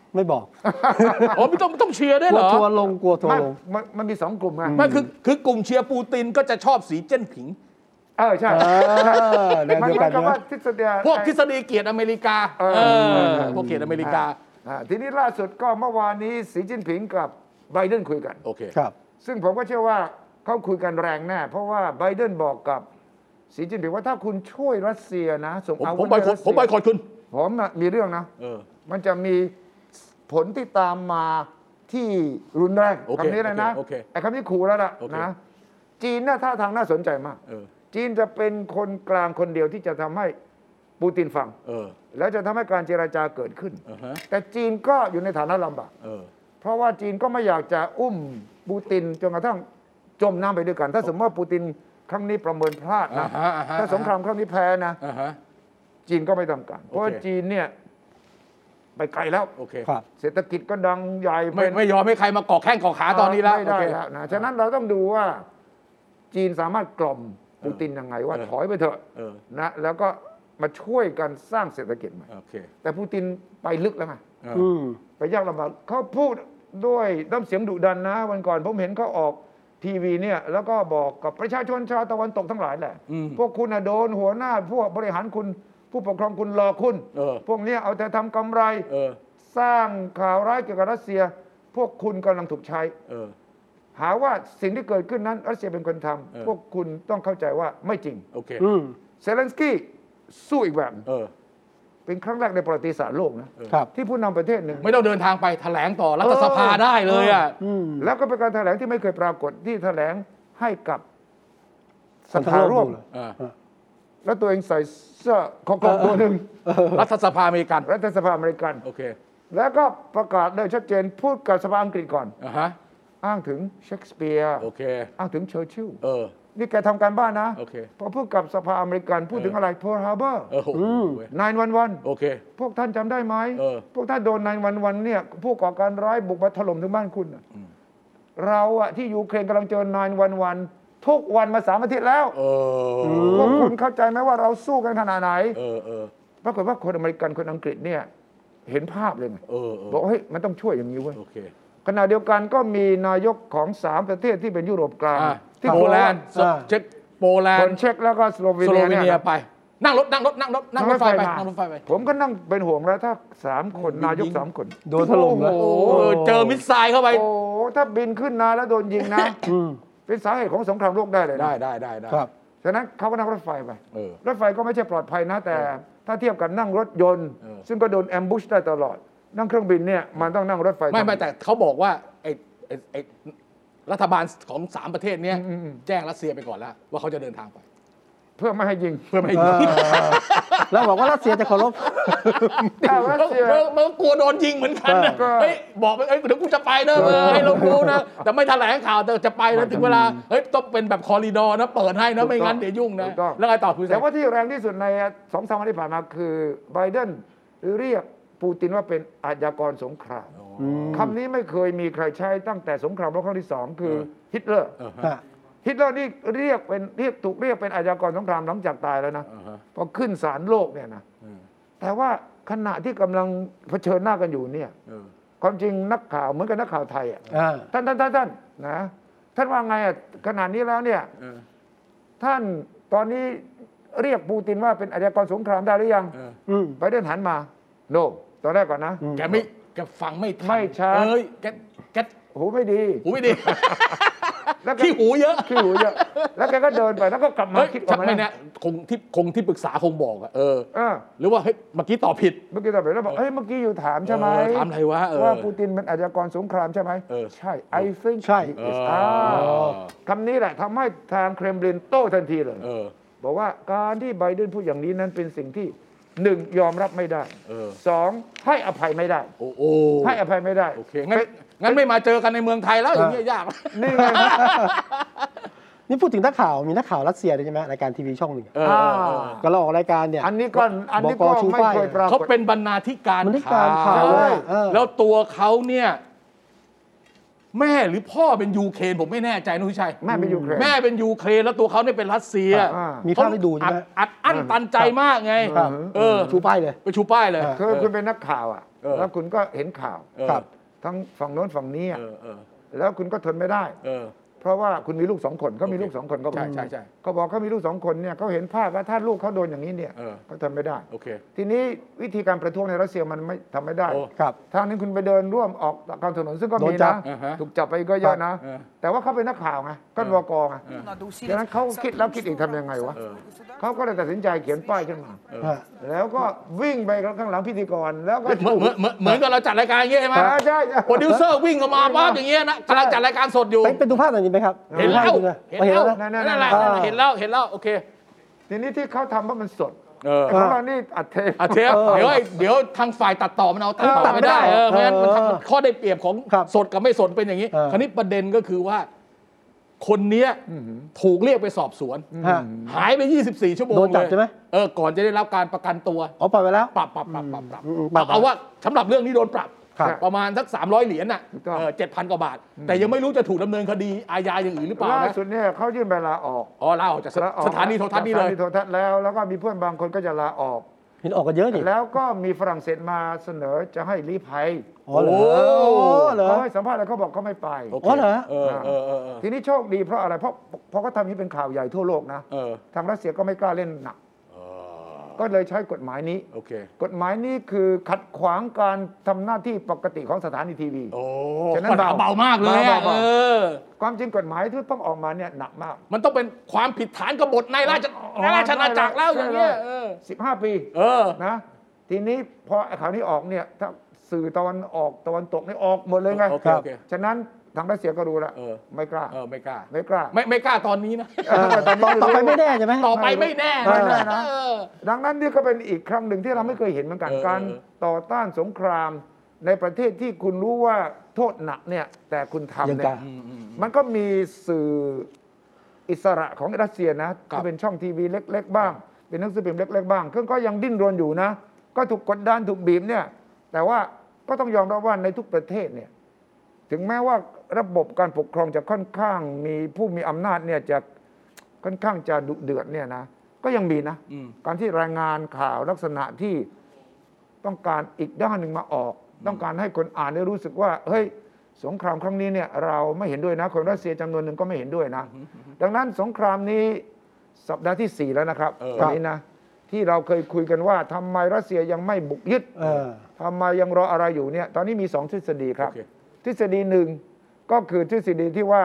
ไม่บอกอ๋อไม่ต้องต้องเชียร์ด้วยเหรอกลัวทัวร์ลงกลัวทัวร์ลงมันมันมีสองกลุ่มไงไม่คือคือกลุ่มเชียร์ปูตินก็จะชอบสีเจิ้นผิงเออใช่มันก็ว่าทฤษฎีพวกทฤษฎีเกียรติอเมริกาเออพวกเกียรติอเมริกาทีนี้ล่าสุดก็เมื่อวานนี้สีจิ้นผิงกับไบเดนคุยกันโอเคครับซึ่งผมก็เชื่อว่าเขาคุยกันแรงแน่เพราะว่าไบเดนบอกกับสีจิ้นผิงว่าถ้าคุณช่วยรัสเซียนะส่งอาวุธผมไปผมไปขอคุณผมมีเรื่องนะมันจะมีผลที่ตามมาที่รุนแรงคำนี้เลยนะไอ้คำนี้ขู่แล้วล่ะนะจีนน่าท่าทางน่าสนใจมากจีนจะเป็นคนกลางคนเดียวที่จะทำให้ปูตินฟังแล้วจะทำให้การเจรจาเกิดขึ้นแต่จีนก็อยู่ในฐานะลำบากเพราะว่าจีนก็ไม่อยากจะอุ้มปูตินจนกระทั่งจมน้ำไปด้วยกันถ้าสมมติว่าปูตินครั้งนี้ประเมินพลาดนะถ้าสงครามครั้งนี้แพ้นะจีนก็ไม่ต้องการเพราะว่าจีนเนี่ยไปไกลแล้วเศรษฐกิจก็ดังใหญ่ไม่ไม่ยอมให้ใครมาเกาะแข้งเกาะขาตอนนี้แล้วไม่ได้แล้วนะฉะนั้นเราต้องดูว่าจีนสามารถกล่อมปูตินยังไงว่าถอยไปเถอะนะแล้วก็มาช่วยกันสร้างเศรษฐกิจใหม่แต่ปูตินไปลึกแล้วไงไปยากลำบากเขาพูดด้วยน้ำเสียงดุดันนะวันก่อนผมเห็นเขาออกทีวีเนี่ยแล้วก็บอกกับประชาชนชาวตะวันตกทั้งหลายแหละพวกคุณโดนหัวหน้าพวกบริหารคุณผู้ปกครองคุณหลอกคุณพวกนี้เอาแต่ทำกำไรสร้างข่าวร้ายเกี่ยวกับรัสเซียพวกคุณกำลังถูกใช้หาว่าสิ่งที่เกิดขึ้นนั้นรัสเซียเป็นคนทำพวกคุณต้องเข้าใจว่าไม่จริงเซเลนสกี้สู้อีกแบบเป็นครั้งแรกในประวัติศาสตร์โลกนะที่ผู้นำประเทศหนึ่งไม่ต้องเดินทางไปแถลงต่อรัฐสภาได้เลยอ่ะแล้วก็เป็นการแถลงที่ไม่เคยปรากฏที่แถลงให้กับสภาร่วมแล้วตัวเองใส่เสื้อของกองตัวหนึ่งรัฐสภาอเมริกันรัฐสภาอเมริกันโอเคแล้วก็ประกาศโดยชัดเจนพูดกับสภาอังกฤษก่อนอ้างถึงเชคสเปียร์อ้างถึงเชอร์ชิลนี่แกทำการบ้านนะพอพูดกับสภาอเมริกันพูดถึงอะไรเพิร์ลฮาร์เบอร์ไนน์วันวันพวกท่านจำได้ไหมพวกท่านโดนไนน์วันวันเนี่ยผู้ก่อการร้ายบุกมาถล่มถึงบ้านคุณเราอะที่ยูเครนกำลังเจอไนน์วันวันทุกวันมาสามอาทิตย์แล้วพวกคุณเข้าใจไหมว่าเราสู้กันขนาดไหนปรากฏว่าคนอเมริกันคนอังกฤษเนี่ยเห็นภาพเลยไงบอกเฮ้ยมันต้องช่วยอย่างนี้เว้ยขณะเดียวกันก็มีนายกของสามประเทศที่เป็นยุโรปกลางที่โปแลนด์เช็กโปแลนด์คนเช็กแล้วก็สโลวีเนียไปนั่งรถนั่งรถนั่งรถนั่งรถไฟไปนั่งรถไฟไปผมก็นั่งเป็นห่วงแล้วถ้าสามคนนายกสามคนโดนถล่มแล้วเจอมิสไซล์เข้าไปโอ้ถ้าบินขึ้นมาแล้วโดนยิงนะเป็นสาเหตุของสงครามโลกได้เลยนะได้ได้ได้ได้ครับฉะนั้นเขาก็นั่งรถไฟไปรถไฟก็ไม่ใช่ปลอดภัยนะแต่ถ้าเทียบกับนั่งรถยนต์ซึ่งก็โดนแอมบูชได้ตลอดนั่งเครื่องบินเนี่ยมันต้องนั่งรถไฟไม่ไม่แต่เขาบอกว่าไอ้ไอ้รัฐบาลของสามประเทศนี้แจ้งรัสเซียไปก่อนแล้วว่าเขาจะเดินทางไปเพื่อไม่ให้ยิงเพื่อไม่ให้ยิงแล้วบอกว่ารัสเซียจะเคารพรัสเซียมันกลัวโดนยิงเหมือนกันนะเฮ้ยบอกไปเฮ้ยเดี๋ยวกูจะไปนะให้เรารู้นะแต่ไม่แถลงข่าวแต่จะไปนะถึงเวลาเฮ้ยต้องเป็นแบบคอริดอร์นะเปิดให้นะไม่งั้นเดี๋ยวยุ่งนะแล้วไงต่อคุณแต่ว่าที่แรงที่สุดในสองสามวันที่ผ่านมาคือไบเดนเรียกปูตินว่าเป็นอาชญากรสงครามคำนี้ไม่เคยมีใครใช้ตั้งแต่สงครามโลกครั้งที่สองคือฮิตเลอร์ฮิตเลอร์นี่เรียกเป็นเรียกถูกเรียกเป็นอาชญากรสงครามหลังจากตายแล้วนะพอขึ้นศาลโลกเนี่ยนะแต่ว่าขณะที่กำลังเผชิญหน้ากันอยู่เนี่ยความจริงนักข่าวเหมือนกับนักข่าวไทยอ่ะท่านท่านท่านท่านนะท่านว่าไงอ่ะขนาดนี้แล้วเนี่ยท่านตอนนี้เรียกปูตินว่าเป็นอาชญากรสงครามได้หรือยังไบเดนหันมาโนตอนแรกก่อนนะแกไม่แกฟังไม่ทันไม่ชัดเอ้ยแกแกหูไม่ดีหูไม่ดีแล้วขี้หูเยอะขี้หูเยอะแล้วแกก็เดินไปแล้วก็กลับมาคิดว่าไม่แน่คงที่คงที่ปรึกษาคงบอกอะเออหรือว่าเฮ้ยเมื่อกี้ตอบผิดเมื่อกี้ตอบผิดแล้วบอกเฮ้ยเมื่อกี้อยู่ถามใช่ไหมถามอะไรวะว่าปูตินเป็นอาชญากรสงครามใช่ไหมใช่ I think ใช่คำนี้แหละทำให้ทางเครมลินโต้ทันทีเลยบอกว่าการที่ไบเดนพูดอย่างนี้นั้นเป็นสิ่งที่หนึ่งยอมรับไม่ได้สองให้อภัยไม่ได้ให้อภัยไม่ได้โอเคงั้นงั้นไม่มาเจอกันในเมืองไทยแล้วอย่างนี้ยากนี่ไงนี่พูดถึงนักข่าวมีนักข่าวรัสเซียด้วยใช่ไหมรายการทีวีช่องหนึ่งก็เราออกรายการเนี่ยอันนี้ก็อันนี้ก็ไม่เคยปรากฏเขาเป็นบรรณาธิการข่าวแล้วตัวเขาเนี่ยแม่หรือพ่อเป็นยูเครนผมไม่แน่ใจนุ้ยชัยแม่เป็นยูเครนแม่เป็นยูเครนแล้วตัวเขาเนี่ยเป็นรัสเซียมีภาพให้ดูใช่ไหมอัดอั้นตันใจมากไงเออชูป้ายเลยไปชูป้ายเลยคือคุณเป็นนักข่าวอ่ะแล้วคุณก็เห็นข่าวทั้งฝั่งโน้นฝั่งนี้แล้วคุณก็ทนไม่ได้เพราะว่าคุณมีลูกสองคนเขามีลูกสองคนก็บอกใช่ใช่เขาบอกเขามีลูกสองคนเนี่ยเขาเห็นภาพว่าถ้าลูกเขาโดนอย่างนี้เนี่ยเขาทำไม่ได้ทีนี้วิธีการประท้วงในรัสเซียมันไม่ทำไม่ได้ทางนี้คุณไปเดินร่วมออกกลางถนนซึ่งก็มีนะถูกจับไปก็เยอะนะแต่ว่าเขาเป็นนักข่าวไงก็วกไงดังนั้นเขาคิดแล้วคิดอีกทำยังไงวะเขาก็เลยตัดสินใจเขียนป้ายขึ้นมาแล้วก็วิ่งไปข้างหลังพิธีกรแล้วก็เหมือนเหมือนกับเราจัดรายการอย่างเงี้ยใช่ไหมใช่โปรดิวเซอร์วิ่งเข้ามาบ้าอย่างเงี้ยนะกำลังจัดรายการสดอยู่เป็นดูภาพหน่อยดีไหมครับเห็นแล้วเห็นแล้วนั่นแหละเห็นแล้วเห็นแล้วโอเคทีนี้ที่เขาทำว่ามันสดแต่ของเรานี่อัดเทปอัดเทปเดี๋ยวเดี๋ยวทางฝ่ายตัดต่อมันเอาตัดต่อไม่ได้เออเพราะฉะนั้นมันข้อได้เปรียบของสดกับไม่สดเป็นอย่างนี้คราวนี้ประเด็นก็คือว่าคนนี้ถูกเรียกไปสอบสวนหายไปยี่สิบสี่ชั่วโมงเลยโดนจับใช่ไหมเออก่อนจะได้รับการประกันตัวอ๋อปล่อยไปแล้วปรับปรับปรับปรับปรับเอาว่าสำหรับเรื่องนี้โดนปรับประมาณสักสามร้อยเหรียญน่ะเจ็ดพันกว่าบาทแต่ยังไม่รู้จะถูกดำเนินคดีอาญาอย่างอื่นหรือเปล่านะล่าสุดเนี่ยเขายื่นใบลาออกอ๋อลาออกจากสถานีโทรทัศน์นี่เลยสถานีโทรทัศน์แล้วแล้วก็มีเพื่อนบางคนก็จะลาออกเห็นออกกันเยอะนี่แล้วก็มีฝรั่งเศสมาเสนอจะให้ลี้ภัยอ๋อเหรอเขาให้สัมภาษณ์แล้วเขาบอกเขาไม่ไปอ๋อเหรอทีนี้โชคดีเพราะอะไรเพราะเพราะเขาทำนี้เป็นข่าวใหญ่ทั่วโลกนะทางรัสเซียก็ไม่กล้าเล่นหนักก็เลยใช้กฎหมายนี้กฎหมายนี้คือขัดขวางการทำหน้าที่ปกติของสถานีทีวีฉะนั้นเบามากเลยความจริงกฎหมายที่ต้องออกมาเนี่ยหนักมากมันต้องเป็นความผิดฐานกบฏในราชในราชอาณาจักรแล้วอย่างเงี้ยสิบห้าปีนะทีนี้พอข่าวนี้ออกเนี่ยถ้าสื่อตะวันออกตะวันตกนี่ออกหมดเลยไงฉะนั้นทางรัสเซียก็รู้แล้วไม่กล้าไม่กล้าไม่กล้าไม่ไม่กล้าตอนนี้นะต่อไปไม่แน่ใช่ไหมต่อไปไม่แน่นะดังนั้นนี่ก็เป็นอีกครั้งหนึ่งที่เราไม่เคยเห็นเหมือนกันการต่อต้านสงครามในประเทศที่คุณรู้ว่าโทษหนักเนี่ยแต่คุณทำเนี่ยมันก็มีสื่ออิสระของรัสเซียนะที่เป็นช่องทีวีเล็กๆบ้างเป็นหนังสือพิมพ์เล็กๆบ้างก็ยังดิ้นรนอยู่นะก็ถูกกดดันถูกบีบเนี่ยแต่ว่าก็ต้องยอมรับว่าในทุกประเทศเนี่ยถึงแม้ว่าระบบการปกครองจะค่อนข้างมีผู้มีอำนาจเนี่ยจะค่อนข้างจะดุเดือดเนี่ยนะก็ยังมีนะการที่รายงานข่าวลักษณะที่ต้องการอีกด้านหนึ่งมาออกต้องการให้คนอ่านได้รู้สึกว่าเฮ้ยสงครามครั้งนี้เนี่ยเราไม่เห็นด้วยนะคนรัสเซียจำนวนหนึ่งก็ไม่เห็นด้วยนะดังนั้นสงครามนี้สัปดาห์ที่สี่แล้วนะครับตอนนี้นะที่เราเคยคุยกันว่าทำไมรัสเซียยังไม่บุกยึดทำไมยังรออะไรอยู่เนี่ยตอนนี้มีสองทฤษฎีครับทฤษฎีหนึ่งก็คือทฤษฎีที่ว่า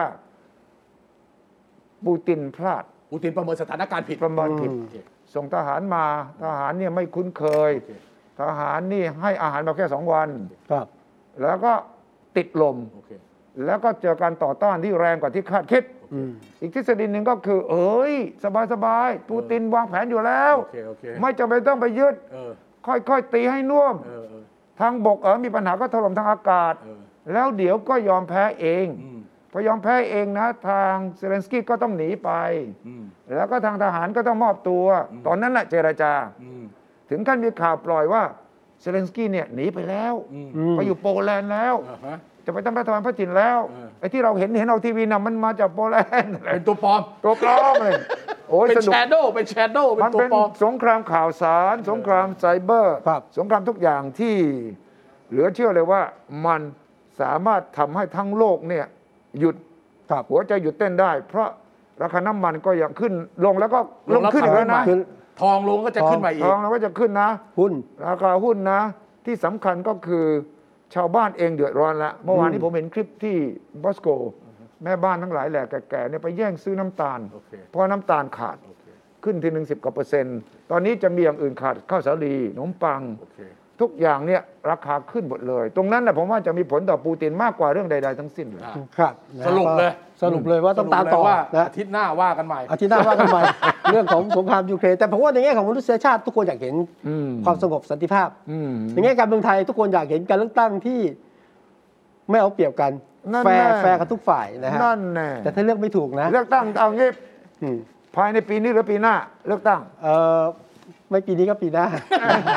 ปูตินพลาดปูตินประเมินสถานการณ์ผิดประเมินผิดส่งทหารมาทหารเนี่ยไม่คุ้นเคยทหารนี่ให้อาหารมาแค่สองวันแล้วก็ติดลมแล้วก็เจอการต่อต้านที่แรงกว่าที่คาดคิดอีกทฤษฎีหนึ่งก็คือเอ้ยสบายๆปูตินวางแผนอยู่แล้วไม่จำเป็นต้องไปยึดค่อยๆตีให้น่วมทางบกเออมีปัญหาก็ถล่มทางอากาศแล้วเดี๋ยวก็ยอมแพ้เองพอยอมแพ้เองนะทางเซเลนสกี้ก็ต้องหนีไปแล้วก็ทางทหารก็ต้องมอบตัวตอนนั้นแหละเจรจาถึงขั้นมีข่าวปล่อยว่าเซเลนสกี้เนี่ยหนีไปแล้วไปอยู่โปแลนด์แล้วจะไปตั้งรัฐบาลพระจินแล้วไอ้ที่เราเห็นเห็นเอาทีวีน่ะมันมาจากโปแลนด์เป็นตัวปลอมตัวปลอมเลยโอ้ยเป็นแชโดว์เป็นแชโดว์เป็นตัวปลอมสงครามข่าวสารสงครามไซเบอร์สงครามทุกอย่างที่เหลือเชื่อเลยว่ามันสามารถทำให้ทั้งโลกเนี่ยหยุดหัวใจหยุดเต้นได้เพราะราคาน้ำมันก็ยังขึ้นลงแล้วก็ลงขึ้นอีกแล้วนะทองลงก็จะขึ้นมาอีกทองเราก็จะขึ้นนะหุ้นราคาหุ้นนะที่สำคัญก็คือชาวบ้านเองเดือดร้อนแล้วเมื่อวานนี้ผมเห็นคลิปที่บอสโกแม่บ้านทั้งหลายแหละแก่ๆเนี่ยไปแย่งซื้อน้ำตาลเพราะน้ำตาลขาดขึ้นทีหนึ่งสิบกว่าเปอร์เซ็นต์ตอนนี้จะมีอย่างอื่นขาดข้าวสาลีขนมปังทุกอย่างเนี่ยราคาขึ้นหมดเลยตรงนั้นนะผมว่าจะมีผลต่อปูตินมากกว่าเรื่องใดๆทั้งสิ้นเลยครับสรุปเลยสรุปเลยว่าต้องตามต่ออาทิตย์หน้าว่ากันใหม่อาทิตย์หน้าว่ากันใหม่เรื่องของสงครามยูเครนแต่ผมว่าในแง่ของมนุษยชาติทุกคนอยากเห็นความสงบสันติภาพในแง่การเมืองไทยทุกคนอยากเห็นการเลือกตั้งที่ไม่เอาเปรียบกันแฟร์แฟร์กันทุกฝ่ายนะฮะนั่นแน่แต่ถ้าเลือกไม่ถูกนะเลือกตั้งเอางี้ภายในปีนี้หรือปีหน้าเลือกตั้งเออไม่ปีนี้ก็ปีหน้า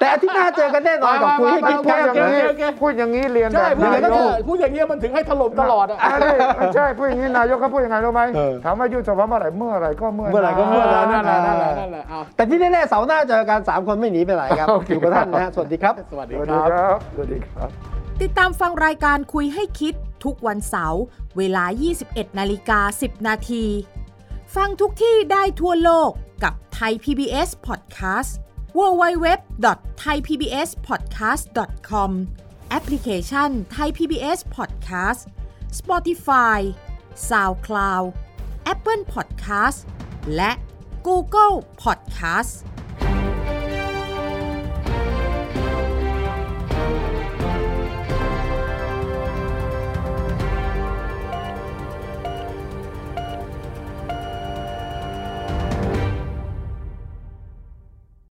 แต่อาทิตย์หน้าเจอกันแน่นอนกับคุยให้คิดพูดอย่างนี้พูดอย่างนี้เรียนแบบใช่พูดอย่างนายนี้กพูดอย่างนี้มันถึงให้ถล่มตลอดอ่ะไม่ใช่พูดอย่างนี้นายกเขาพูดยังไงรู้ไหมถามว่ายื่นสภาเมื่อไหร่เมื่อไหร่ก็เมื่อเมื่อไหร่ก็เมื่อนั้นนั่นแหละนั่นแหละนั่นแหละเอาแต่ที่แน่ๆเสาร์หน้าเจอกันสามคนไม่หนีไปไหนครับอยู่กับท่านนะฮะสวัสดีครับสวัสสดีวัสคดีรับครับสวัสดีครับติดตามฟังรายการคุยให้คิดทุกวันเสาร์เวลา ยี่สิบเอ็ดนาฬิกาสิบนาที ฟังทุกที่ได้ทั่วโลกกับ Thai พี บี เอส Podcast ดับเบิลยู ดับเบิลยู ดับเบิลยู ดอท ไทย พี บี เอส พอดแคสต์ ดอท คอม แอปพลิเคชัน Thai พี บี เอส Podcast Spotify SoundCloud Apple Podcast และ Google Podcast